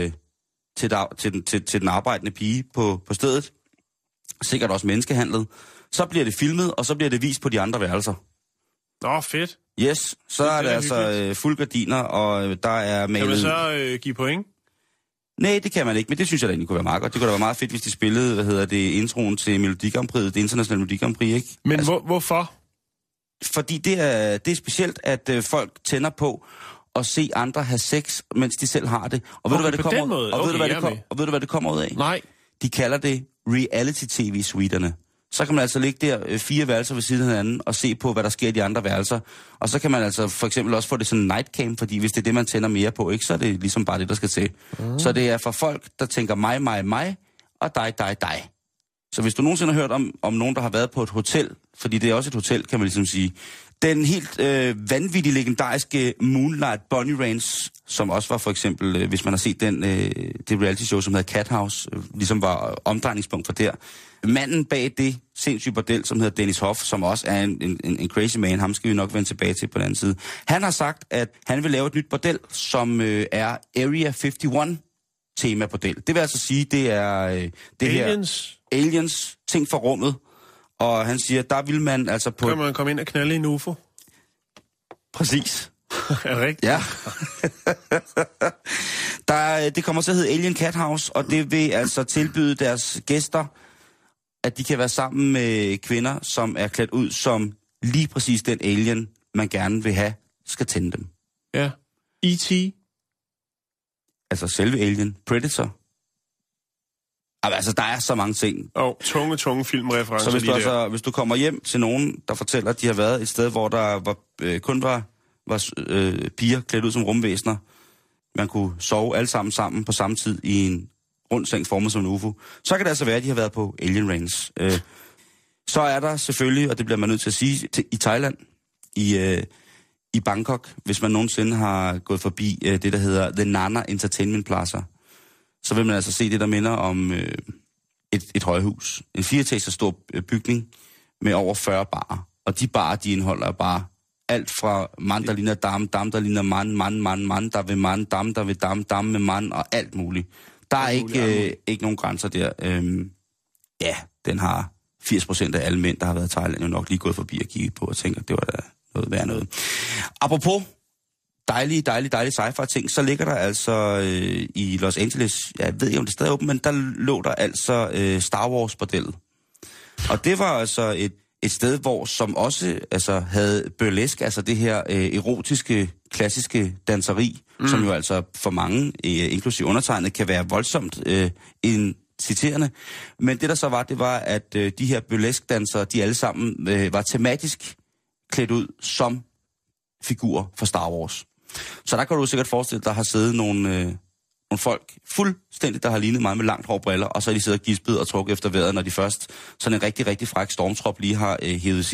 til den arbejdende pige på stedet, sikkert også menneskehandlet, så bliver det filmet, og så bliver det vist på de andre værelser. Nå, fedt. Yes, så er det altså fuld gardiner, og der er malet... Kan man så give point? Nej, det kan man ikke, men det synes jeg da egentlig kunne være meget godt. Det kunne da være meget fedt, hvis de spillede, introen til Melodi Grand Prix, det internationale Melodi Grand Prix, ikke? Men altså, hvorfor? Fordi det er specielt, at folk tænder på at se andre have sex, mens de selv har det. Og ved du, hvad det kommer ud? Og ved du, hvad det kommer ud af? Nej. De kalder det reality-tv-suiterne. Så kan man altså ligge der 4 værelser ved siden af hinanden og se på, hvad der sker i de andre værelser. Og så kan man altså for eksempel også få det sådan en nightcam, fordi hvis det er det, man tænder mere på, ikke, så er det ligesom bare det, der skal til. Så det er for folk, der tænker mig, og dig. Så hvis du nogensinde har hørt om nogen, der har været på et hotel, fordi det er også et hotel, kan man ligesom sige, den helt vanvittige, legendariske Moonlight Bunny Ranch, som også var for eksempel, hvis man har set det reality show, som hedder Cat House, ligesom var omdrejningspunkt for der. Manden bag det sindssyge bordel, som hedder Dennis Hoff, som også er en crazy man, ham skal vi nok vende tilbage til på den anden side. Han har sagt, at han vil lave et nyt bordel, som er Area 51 tema-bordel. Det vil altså sige, det er det Aliens, ting fra rummet. Og han siger, der vil man altså på... Kan man komme ind og knalde i en UFO? Præcis. Er det rigtigt? Ja. Det kommer til at hedde Alien Cat House, og det vil altså tilbyde deres gæster, at de kan være sammen med kvinder, som er klædt ud som lige præcis den alien, man gerne vil have, skal tænde dem. Ja. E.T. Altså selve Alien. Predator. Altså, der er så mange ting. Tunge filmreferencer. Så hvis du kommer hjem til nogen, der fortæller, at de har været et sted, hvor der kun var piger klædt ud som rumvæsener, man kunne sove alle sammen på samme tid i en rund seng formet som en UFO, så kan det altså være, at de har været på Alien Range. Så er der selvfølgelig, og det bliver man nødt til at sige, i Thailand, i Bangkok, hvis man nogensinde har gået forbi det, der hedder The Nana Entertainment Plaza, så vil man altså se det, der minder om et højhus. En 4-etager stor bygning med over 40 barer. Og de barer, de indeholder bare alt fra mand, der ligner dam, der ligner mand, der vil mand, dam, der vil dam med mand, og alt muligt. Der er ikke nogen grænser der. Den har 80% af alle mænd, der har været i Thailand, jo nok lige gået forbi og kigget på og tænker, det var da noget værd noget. Apropos dejlige sci-fi ting, så ligger der altså i Los Angeles, jeg ved ikke, om det er stadig åbent, men der lå der altså Star Wars-bordellet. Og det var altså et sted, hvor som også altså, havde burlesk, altså det her erotiske, klassiske danseri, som jo altså for mange, inklusive undertegnet, kan være voldsomt inciterende. Men det der så var, det var, at de her burlesk-dansere, de alle sammen var tematisk klædt ud som figurer fra Star Wars. Så der kan du sikkert forestille, at der har siddet nogle folk fuldstændig, der har lignet mig med langt hår, briller, og så har de siddet og gispet og trukket efter vejret, når de først sådan en rigtig, rigtig fræk stormtrop lige har hævet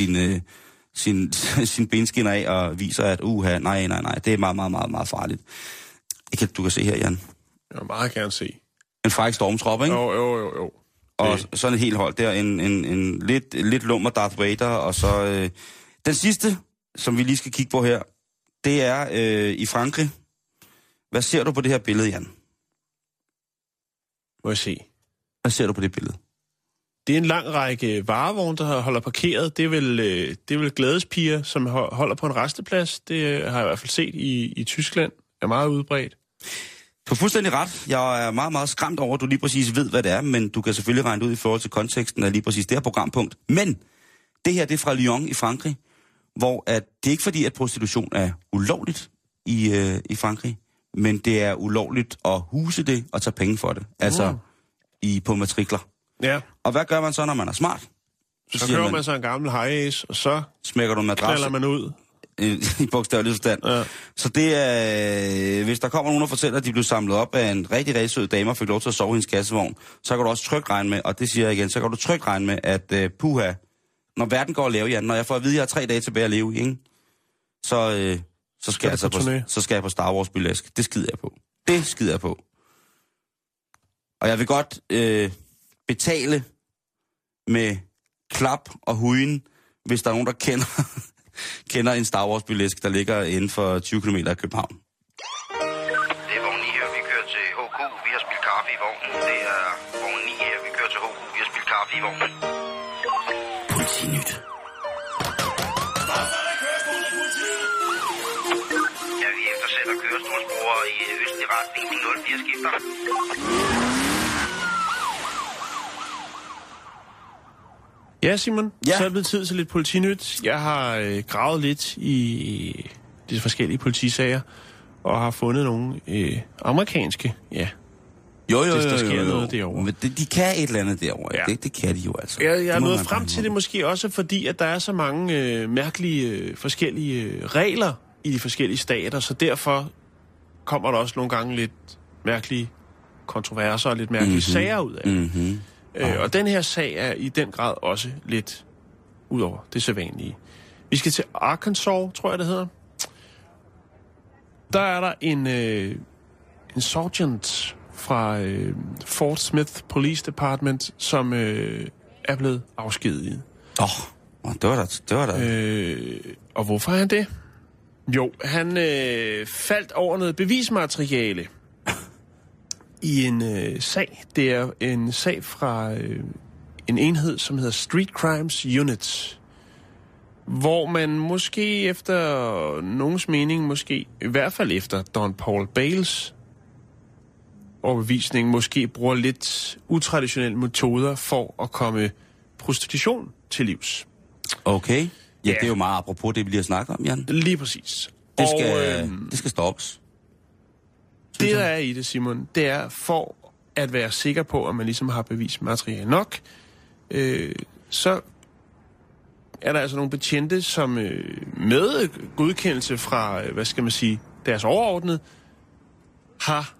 sin benskinner af og viser, at nej, det er meget, meget, meget, meget farligt. Du kan se her, Jan. Jeg vil meget gerne se. En fræk stormtrop, ikke? Jo. Og sådan et helt hold der, en lidt lummer Darth Vader, og så den sidste, som vi lige skal kigge på her, det er i Frankrig. Hvad ser du på det her billede, Jan? Må jeg se? Hvad ser du på det billede? Det er en lang række varevogne, der holder parkeret. Det er vel glædespiger, som holder på en resteplads. Det har jeg i hvert fald set i Tyskland. Er meget udbredt. Du har fuldstændig ret. Jeg er meget, meget skræmt over, at du lige præcis ved, hvad det er, men du kan selvfølgelig regne ud i forhold til konteksten af lige præcis det her programpunkt. Men det her, det er fra Lyon i Frankrig, hvor at det er ikke fordi, at prostitution er ulovligt i Frankrig, men det er ulovligt at huse det og tage penge for det. Altså på matrikler. Ja. Og hvad gør man så, når man er smart? Så kører man så en gammel high-ace, og så smækker du en madras. Knalder man ud. I bogstavelig forstand. Ja. Så det er, hvis der kommer nogen og fortæller, at de blev samlet op af en rigtig, rigtig sød dame og fik lov til at sove i hendes kassevogn, så kan du også trygt regne med, og det siger jeg igen, så kan du trygt regne med, at puha, når verden går at lave, Jan, når jeg får at vide, at jeg har 3 dage tilbage at leve i, ikke? Så skal jeg på Star Wars Burlesque. Det skider jeg på. Det skider jeg på. Og jeg vil godt betale med klap og hujen, hvis der er nogen, der kender en Star Wars Burlesque, der ligger inden for 20 km af København. Det er vogn 9 her, vi kører til HK. Vi har spillet kaffe i vognen. Det er vogn 9 her, vi kører til HK. Vi har spillet kaffe i vognen. Politinyt. Ja, vi eftersætter kørestolsbrugere i østlig retning. 04 skifter. Ja, Simon. Ja. Så er det blevet tid til lidt politinyt. Jeg har gravet lidt i de forskellige politisager, og har fundet nogle amerikanske, Jo. Der sker noget derovre. Men de kan et eller andet derovre. Ja. Det kan de jo altså. Jeg er nået frem til det måske også, fordi at der er så mange mærkelige forskellige regler i de forskellige stater, så derfor kommer der også nogle gange lidt mærkelige kontroverser og lidt mærkelige sager ud af det. Og den her sag er i den grad også lidt ud over det sædvanlige. Vi skal til Arkansas, tror jeg det hedder. Der er der en sergeant fra Fort Smith Police Department, som er blevet afskediget. Det var der. Og hvorfor er han det? Jo, han faldt over noget bevismateriale i en sag. Det er en sag fra en enhed, som hedder Street Crimes Unit, hvor man måske efter nogens mening, måske i hvert fald efter Don Paul Bales overbevisning, måske bruger lidt utraditionelle metoder for at komme prostitution til livs. Okay. Ja, det er jo meget apropos det, vi lige har snakket om, Jan. Lige præcis. Det skal stoppes. Det, der er i det, Simon, det er for at være sikker på, at man ligesom har bevismateriale nok, så er der altså nogle betjente, som med godkendelse fra, deres overordnede, har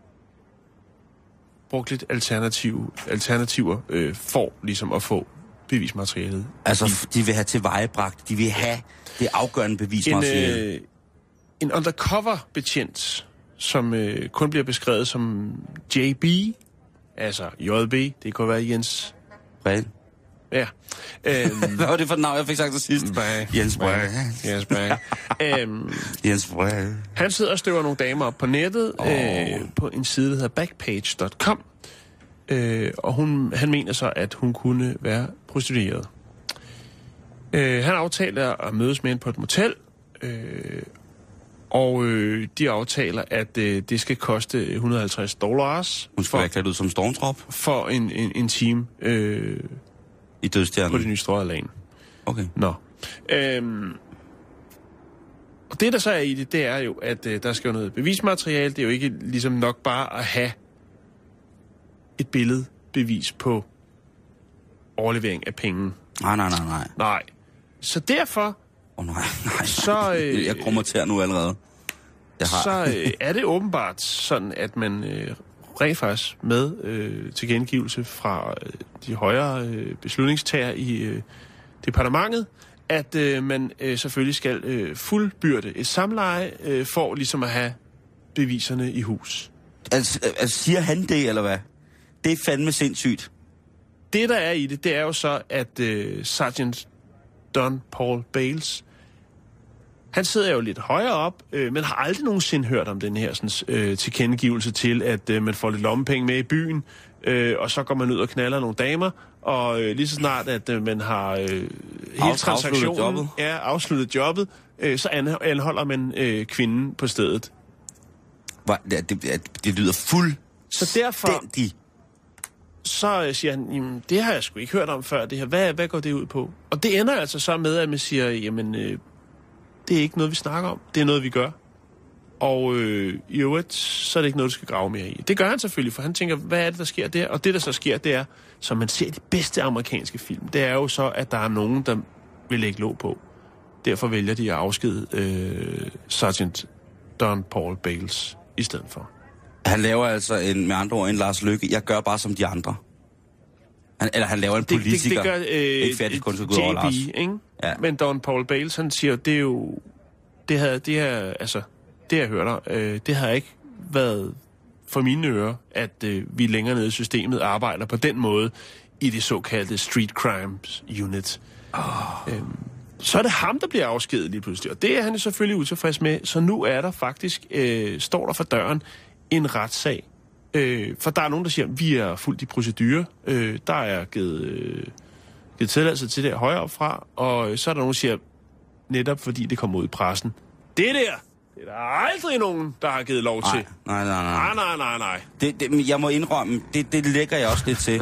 brugt lidt alternativer for ligesom at få bevismaterialet. Altså, de vil have tilvejebragt, de vil have det afgørende bevismateriale. En undercover-betjent, som kun bliver beskrevet som JB, altså JB, det kunne være Jens Brel. Ja. Hvad var det for et navn, jeg fik sagt til sidst? Jens Brel. Jens Brel. Han sidder og støver nogle damer op på nettet, på en side, der hedder backpage.com, og han mener så, at hun kunne være prostitueret. Han aftaler at mødes med hende på et motel, og de aftaler, at det skal koste $150. Hun skal være klædt ud som stormtrop? For en time i Dødstjernen? På det nye strøget lane. Okay. Nå. Og det, der så er i det, det er jo, at der skal jo noget bevismateriale. Det er jo ikke ligesom nok bare at have et billedbevis på overlevering af penge. Nej. Så derfor... nej. Så, jeg kommer til nu allerede. Så er det åbenbart sådan, at man rent faktisk med tilkendegivelse fra de højere beslutningstager i departementet, at man selvfølgelig skal fuldbyrde et samleje for ligesom at have beviserne i hus. Altså siger han det, eller hvad? Det er fandme sindssygt. Det, der er i det, det er jo så, at Sergeant Don Paul Bales, Han sidder jo lidt højere op, men har aldrig nogensinde hørt om den her sådan, tilkendegivelse til, at man får lidt lommepenge med i byen, og så går man ud og knaller nogle damer, og lige så snart, at man har hele transaktionen afsluttet jobbet, så anholder man kvinden på stedet. Det lyder fuldstændig. Så derfor, så siger han, jamen, det har jeg sgu ikke hørt om før, det her. Hvad går det ud på? Og det ender altså så med, at man siger, jamen, det er ikke noget, vi snakker om. Det er noget, vi gør. Og i øvrigt, så er det ikke noget, du skal grave mere i. Det gør han selvfølgelig, for han tænker, hvad er det, der sker der? Og det, der så sker, det er, som man ser i de bedste amerikanske film, det er jo så, at der er nogen, der vil lægge låg på. Derfor vælger de at afskede Sergeant Don Paul Bales i stedet for. Han laver altså med andre ord en Lars Løkke. Jeg gør bare som de andre. Han laver en politiker. Det gør ikke færdigt kun så gå over Lars. Ikke? Ja. Men Don Paul Bales, han siger, det er jo... Det jeg hørte, det har ikke været for mine ører, at vi længere nede i systemet arbejder på den måde i det såkaldte Street Crimes Unit. Så er det ham, der bliver afskediget lige pludselig, og det er han jo selvfølgelig utilfreds med. Så nu er der faktisk, står der for døren, en retssag. For der er nogen, der siger, at vi er fuldt i procedure. Der er givet tilladelse til det højere op fra, og så er der nogen, der siger, netop fordi det kommer ud i pressen. Det er der aldrig nogen, der har givet lov til. Nej. Jeg må indrømme, det lægger jeg også lidt til.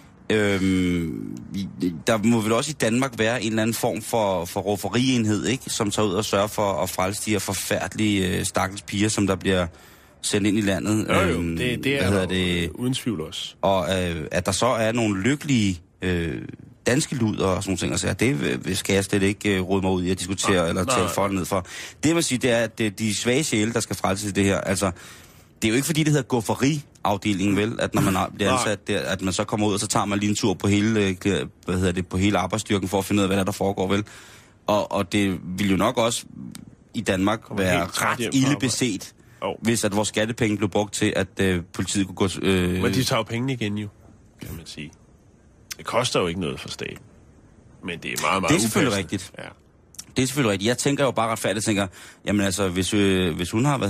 Der må vel også i Danmark være en eller anden form for rufferienhed, ikke? Som tager ud og sørger for at frelse de her forfærdelige stakkels piger, som der bliver sendt ind i landet. Jo, det er det uden tvivl også. Og at der så er nogle lykkelige danske luder og sådan nogle ting, altså, det skal jeg slet ikke rode mig ud i at diskutere eller tælle folk ned for. Det vil sige, det er, at det er de svage sjæle, der skal frelses i det her. Altså, det er jo ikke fordi, det hedder gufferi-afdelingen, vel? At når man bliver ansat der, at man så kommer ud, og så tager man lige en tur på hele, på hele arbejdsstyrken for at finde ud af, hvad der foregår, vel? Og det vil jo nok også i Danmark være ret ildebeset, hvis at vores skattepenge blev brugt til, at politiet kunne gå... Men de tager jo pengene igen jo, kan man sige. Det koster jo ikke noget for staten. Men det er meget, meget Det er selvfølgelig rigtigt. Ja. Det er selvfølgelig rigtigt. Jeg tænker jo bare retfærdigt, jamen altså, hvis hun har,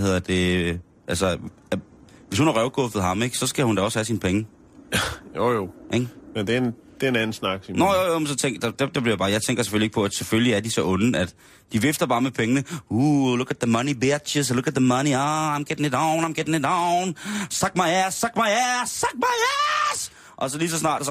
hvis hun har røvguffet ham, ikke, så skal hun da også have sine penge. jo. Ikke? Men det er en anden snak, Simon. Nå, men så der bliver bare, jeg tænker selvfølgelig ikke på, at selvfølgelig er de så onde, at de vifter bare med pengene. Look at the money, bitches, look at the money, I'm getting it on. Suck my ass, suck my ass, suck my ass! Og så lige så snart,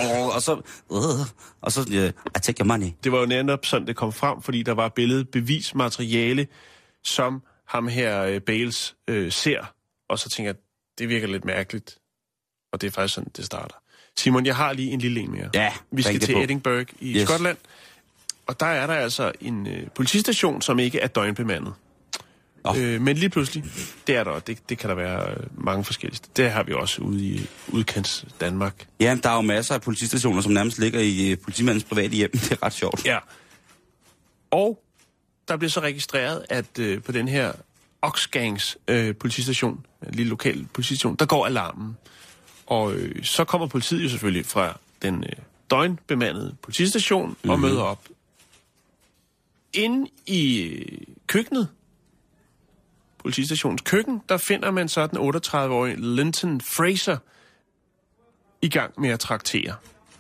og så I take your money. Det var jo netop sådan, det kom frem, fordi der var bevismateriale, som ham her Bales ser. Og så tænker jeg, det virker lidt mærkeligt. Og det er faktisk sådan, det starter. Simon, jeg har lige en lille en mere. Ja, vi skal til Edinburgh i Skotland. Og der er der altså en politistation, som ikke er døgnbemandet. Men lige pludselig, det er der, det kan der være mange forskellige. Det har vi også ude i udkants Danmark. Ja, der er jo masser af politistationer, som nærmest ligger i politimandens private hjem. Det er ret sjovt. Ja. Og der bliver så registreret, at på den her Oxgangs politistation, en lille lokal politistation, der går alarmen. Og så kommer politiet jo selvfølgelig fra den døgnbemandede politistation og møder op. Inde i køkkenet, politistationens køkken, der finder man så den 38-årige Linton Fraser i gang med at traktere.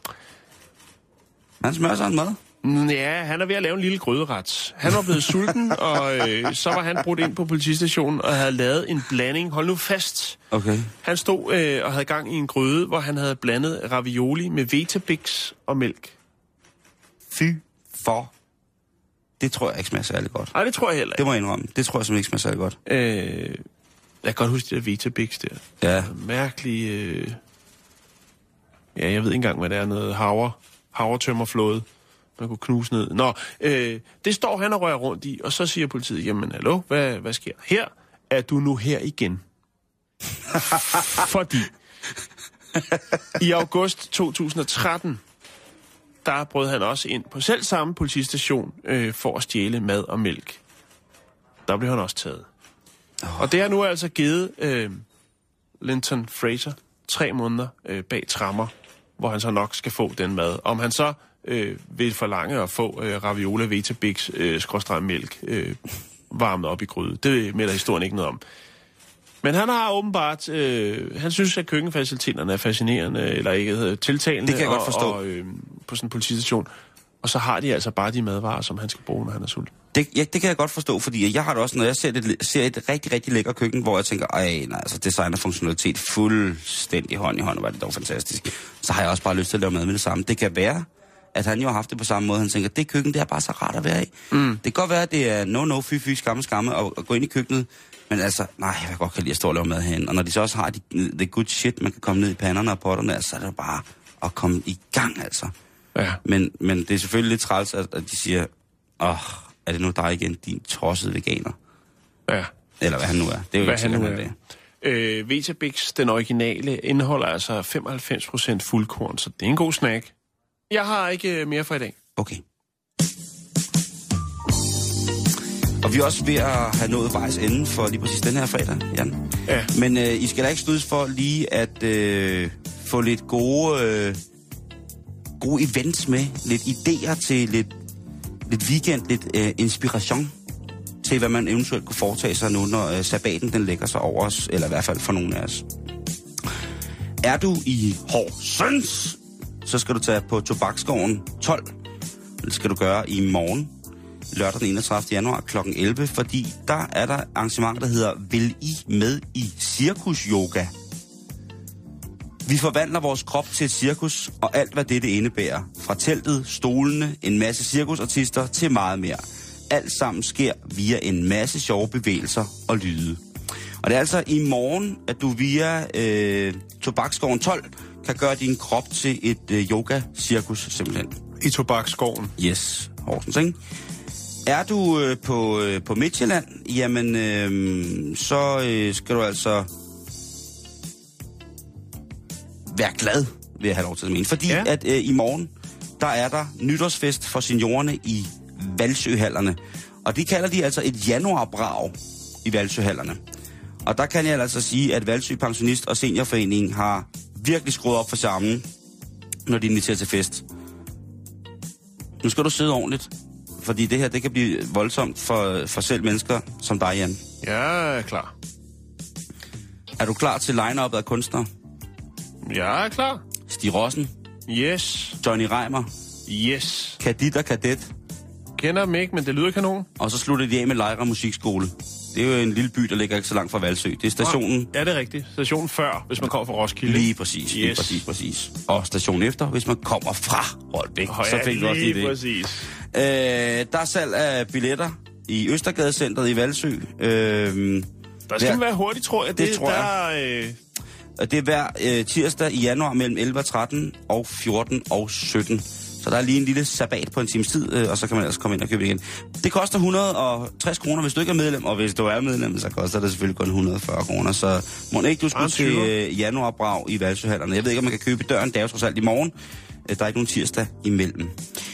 Han smører sig en mad? Ja, han er ved at lave en lille gryderet. Han var blevet sulten, og så var han brudt ind på politistationen og havde lavet en blanding. Hold nu fast. Okay. Han stod og havde gang i en gryde, hvor han havde blandet ravioli med Weetabix og mælk. Fy for. Det tror jeg ikke smager særlig godt. Nej, det tror jeg heller ikke. Det må jeg indrømme. Det tror jeg simpelthen ikke smager særlig godt. Jeg kan godt huske det der Weetabix der. Ja. Mærkelig... Ja, jeg ved ikke engang, hvad det er. Noget havretømmerflåde. Man kunne knuse ned. Nå, det står han og rører rundt i, og så siger politiet, jamen hallo, hvad sker her? Er du nu her igen? Fordi i august 2013, der brød han også ind på selv samme politistation for at stjæle mad og mælk. Der blev han også taget. Og det har nu altså givet Linton Fraser 3 måneder bag tremmer, hvor han så nok skal få den mad. Om han så vil forlange at få Raviola Vetabix /mælk varmet op i gryde. Det melder historien ikke noget om. Men han har åbenbart... han synes, at køkkenfaciliteterne er fascinerende, eller ikke tiltalende. Det kan jeg godt forstå. Og, på sådan en politistation. Og så har de altså bare de madvarer, som han skal bruge, når han er sulten. Det kan jeg godt forstå, fordi jeg har det også, når jeg ser et rigtig, rigtig lækker køkken, hvor jeg tænker, altså design og funktionalitet fuldstændig hånd i hånd, var det dog fantastisk. Så har jeg også bare lyst til at lave mad med det samme. Det kan være, at han jo har haft det på samme måde. Han tænker, det køkken, det er bare så rart at være i. Det kan godt være, at det er fy, skamme at gå ind i køkkenet. Men altså, nej, jeg kan godt lide at stå og lave mad herinde. Og når de så også har det good shit, man kan komme ned i panderne og potterne, så er det bare at komme i gang, altså. Ja. Men det er selvfølgelig lidt træls, at de siger, er det nu dig igen, din tossede veganer? Ja. Eller hvad han nu er. Det er jo ikke sikkert, det. Vetabix, den originale, indeholder altså 95% fuldkorn, så det er en god snack. Jeg har ikke mere for i dag. Okay. Og vi er også ved at have nået vejs ende for lige præcis den her fredag, Jan. Ja. Men I skal da ikke sluttes for lige at få lidt gode events med. Lidt idéer til lidt weekend, lidt inspiration til, hvad man eventuelt kunne foretage sig nu, når sabbaten den lægger sig over os, eller i hvert fald for nogle af os. Er du i Horsens, så skal du tage på Tobaksgården 12. Det skal du gøre i morgen, lørdag den 31. januar kl. 11, fordi der er der arrangement, der hedder Vil I med i cirkus-yoga? Vi forvandler vores krop til et cirkus, og alt hvad det indebærer. Fra teltet, stolene, en masse cirkusartister til meget mere. Alt sammen sker via en masse sjove bevægelser og lyde. Og det er altså i morgen, at du via Tobaksgården 12 kan gøre din krop til et yoga-cirkus simpelthen. I Tobaksgården? Yes, Horsens, ikke? Er du på Midtjylland, jamen så skal du altså være glad ved at have lov til at mene. Fordi at i morgen, der er der nytårsfest for seniorerne i Valsøhallerne. Og det kalder de altså et januarbrag i Valsøhallerne. Og der kan jeg altså sige, at Valsø Pensionist og Seniorforeningen har virkelig skruet op for charmen, når de inviterer til fest. Nu skal du sidde ordentligt, fordi det her, det kan blive voldsomt for selv mennesker som dig, Jan. Jeg er klar. Er du klar til line-up'et af kunstnere? Jeg er klar. Stig Rossen? Yes. Johnny Reimer? Yes. Kadit og Kadet? Kender dem ikke, men det lyder kanon. Og så slutter de af med Lejre Musikskole. Det er jo en lille by, der ligger ikke så langt fra Valsø. Det er stationen... Ja, det er rigtigt. Stationen før, hvis man kommer fra Roskilde. Lige præcis, yes. Lige præcis. Og stationen efter, hvis man kommer fra Holbæk. Så fik du også lige det. Præcis. Der er salg af billetter i Østergadecentret i Valsø. Der skal man være hurtigt, tror jeg. Det tror jeg. Det er hver tirsdag i januar mellem 11 og 13 og 14 og 17. Så der er lige en lille sabbat på en times tid, og så kan man altså komme ind og købe igen. Det koster 160 kroner, hvis du ikke er medlem, og hvis du er medlem, så koster det selvfølgelig kun 140 kroner. Så må ikke du skulle til januarbrag i Valsøhallerne. Jeg ved ikke, om man kan købe døren. Det er jo trods alt i morgen. Der er ikke nogen tirsdag imellem.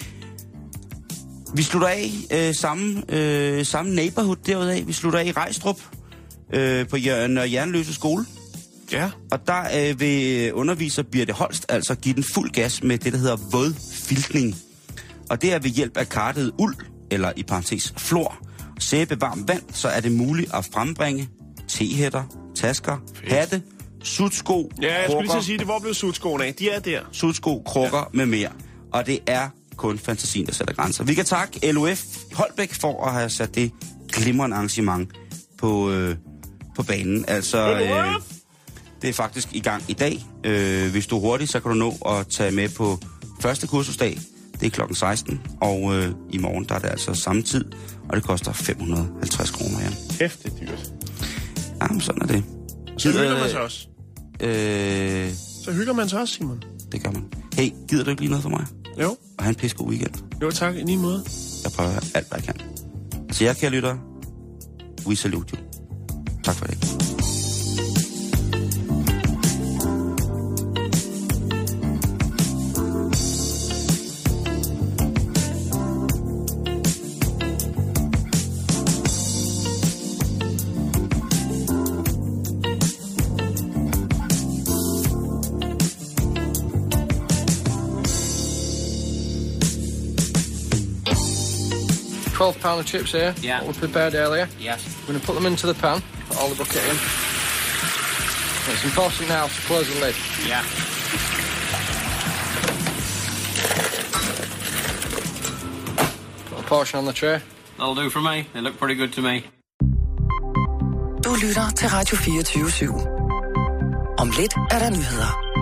Vi slutter af samme neighborhood derude. Vi slutter af i Rejstrup på Nørre Jernløse skole. Ja. Og der vil underviser Birte Holst altså give den fuld gas med det, der hedder vådfiltning. Og det er ved hjælp af kartet uld, eller i parentes flor, sæbe varmt vand, så er det muligt at frembringe tehætter, tasker, hatte, sutsko, ja, jeg krukker, skulle lige til at sige, det var blevet sutskoene af. De er der. Sutsko, krukker med mere. Og det er kun fantasien, der sætter grænser. Vi kan takke LOF Holbæk for at have sat det glimrende arrangement på banen. Altså... Det er faktisk i gang i dag. Hvis du er hurtig, så kan du nå at tage med på første kursusdag. Det er klokken 16, og i morgen der er det altså samme tid, og det koster 550 kroner, Jan. Kæft, det er dyrt. Jamen, sådan er det. Så hygger man sig også. Så hygger man sig også, Simon. Det gør man. Hey, gider du ikke lige noget for mig? Jo. Og have en pissegod weekend. Jo, tak. I lige måde. Jeg prøver alt, hvad jeg kan. Så jeg, kære lyttere, we salute you. Tak for det. 12-pounder chips here. Yeah. What we prepared earlier. Yes. We're going to put them into the pan. Put all the bucket in. It's important now to close the lid. Yeah. Put a portion on the tray. That'll do for me. They look pretty good to me. Du lytter til Radio 24/7. Om lidt er der nyheder.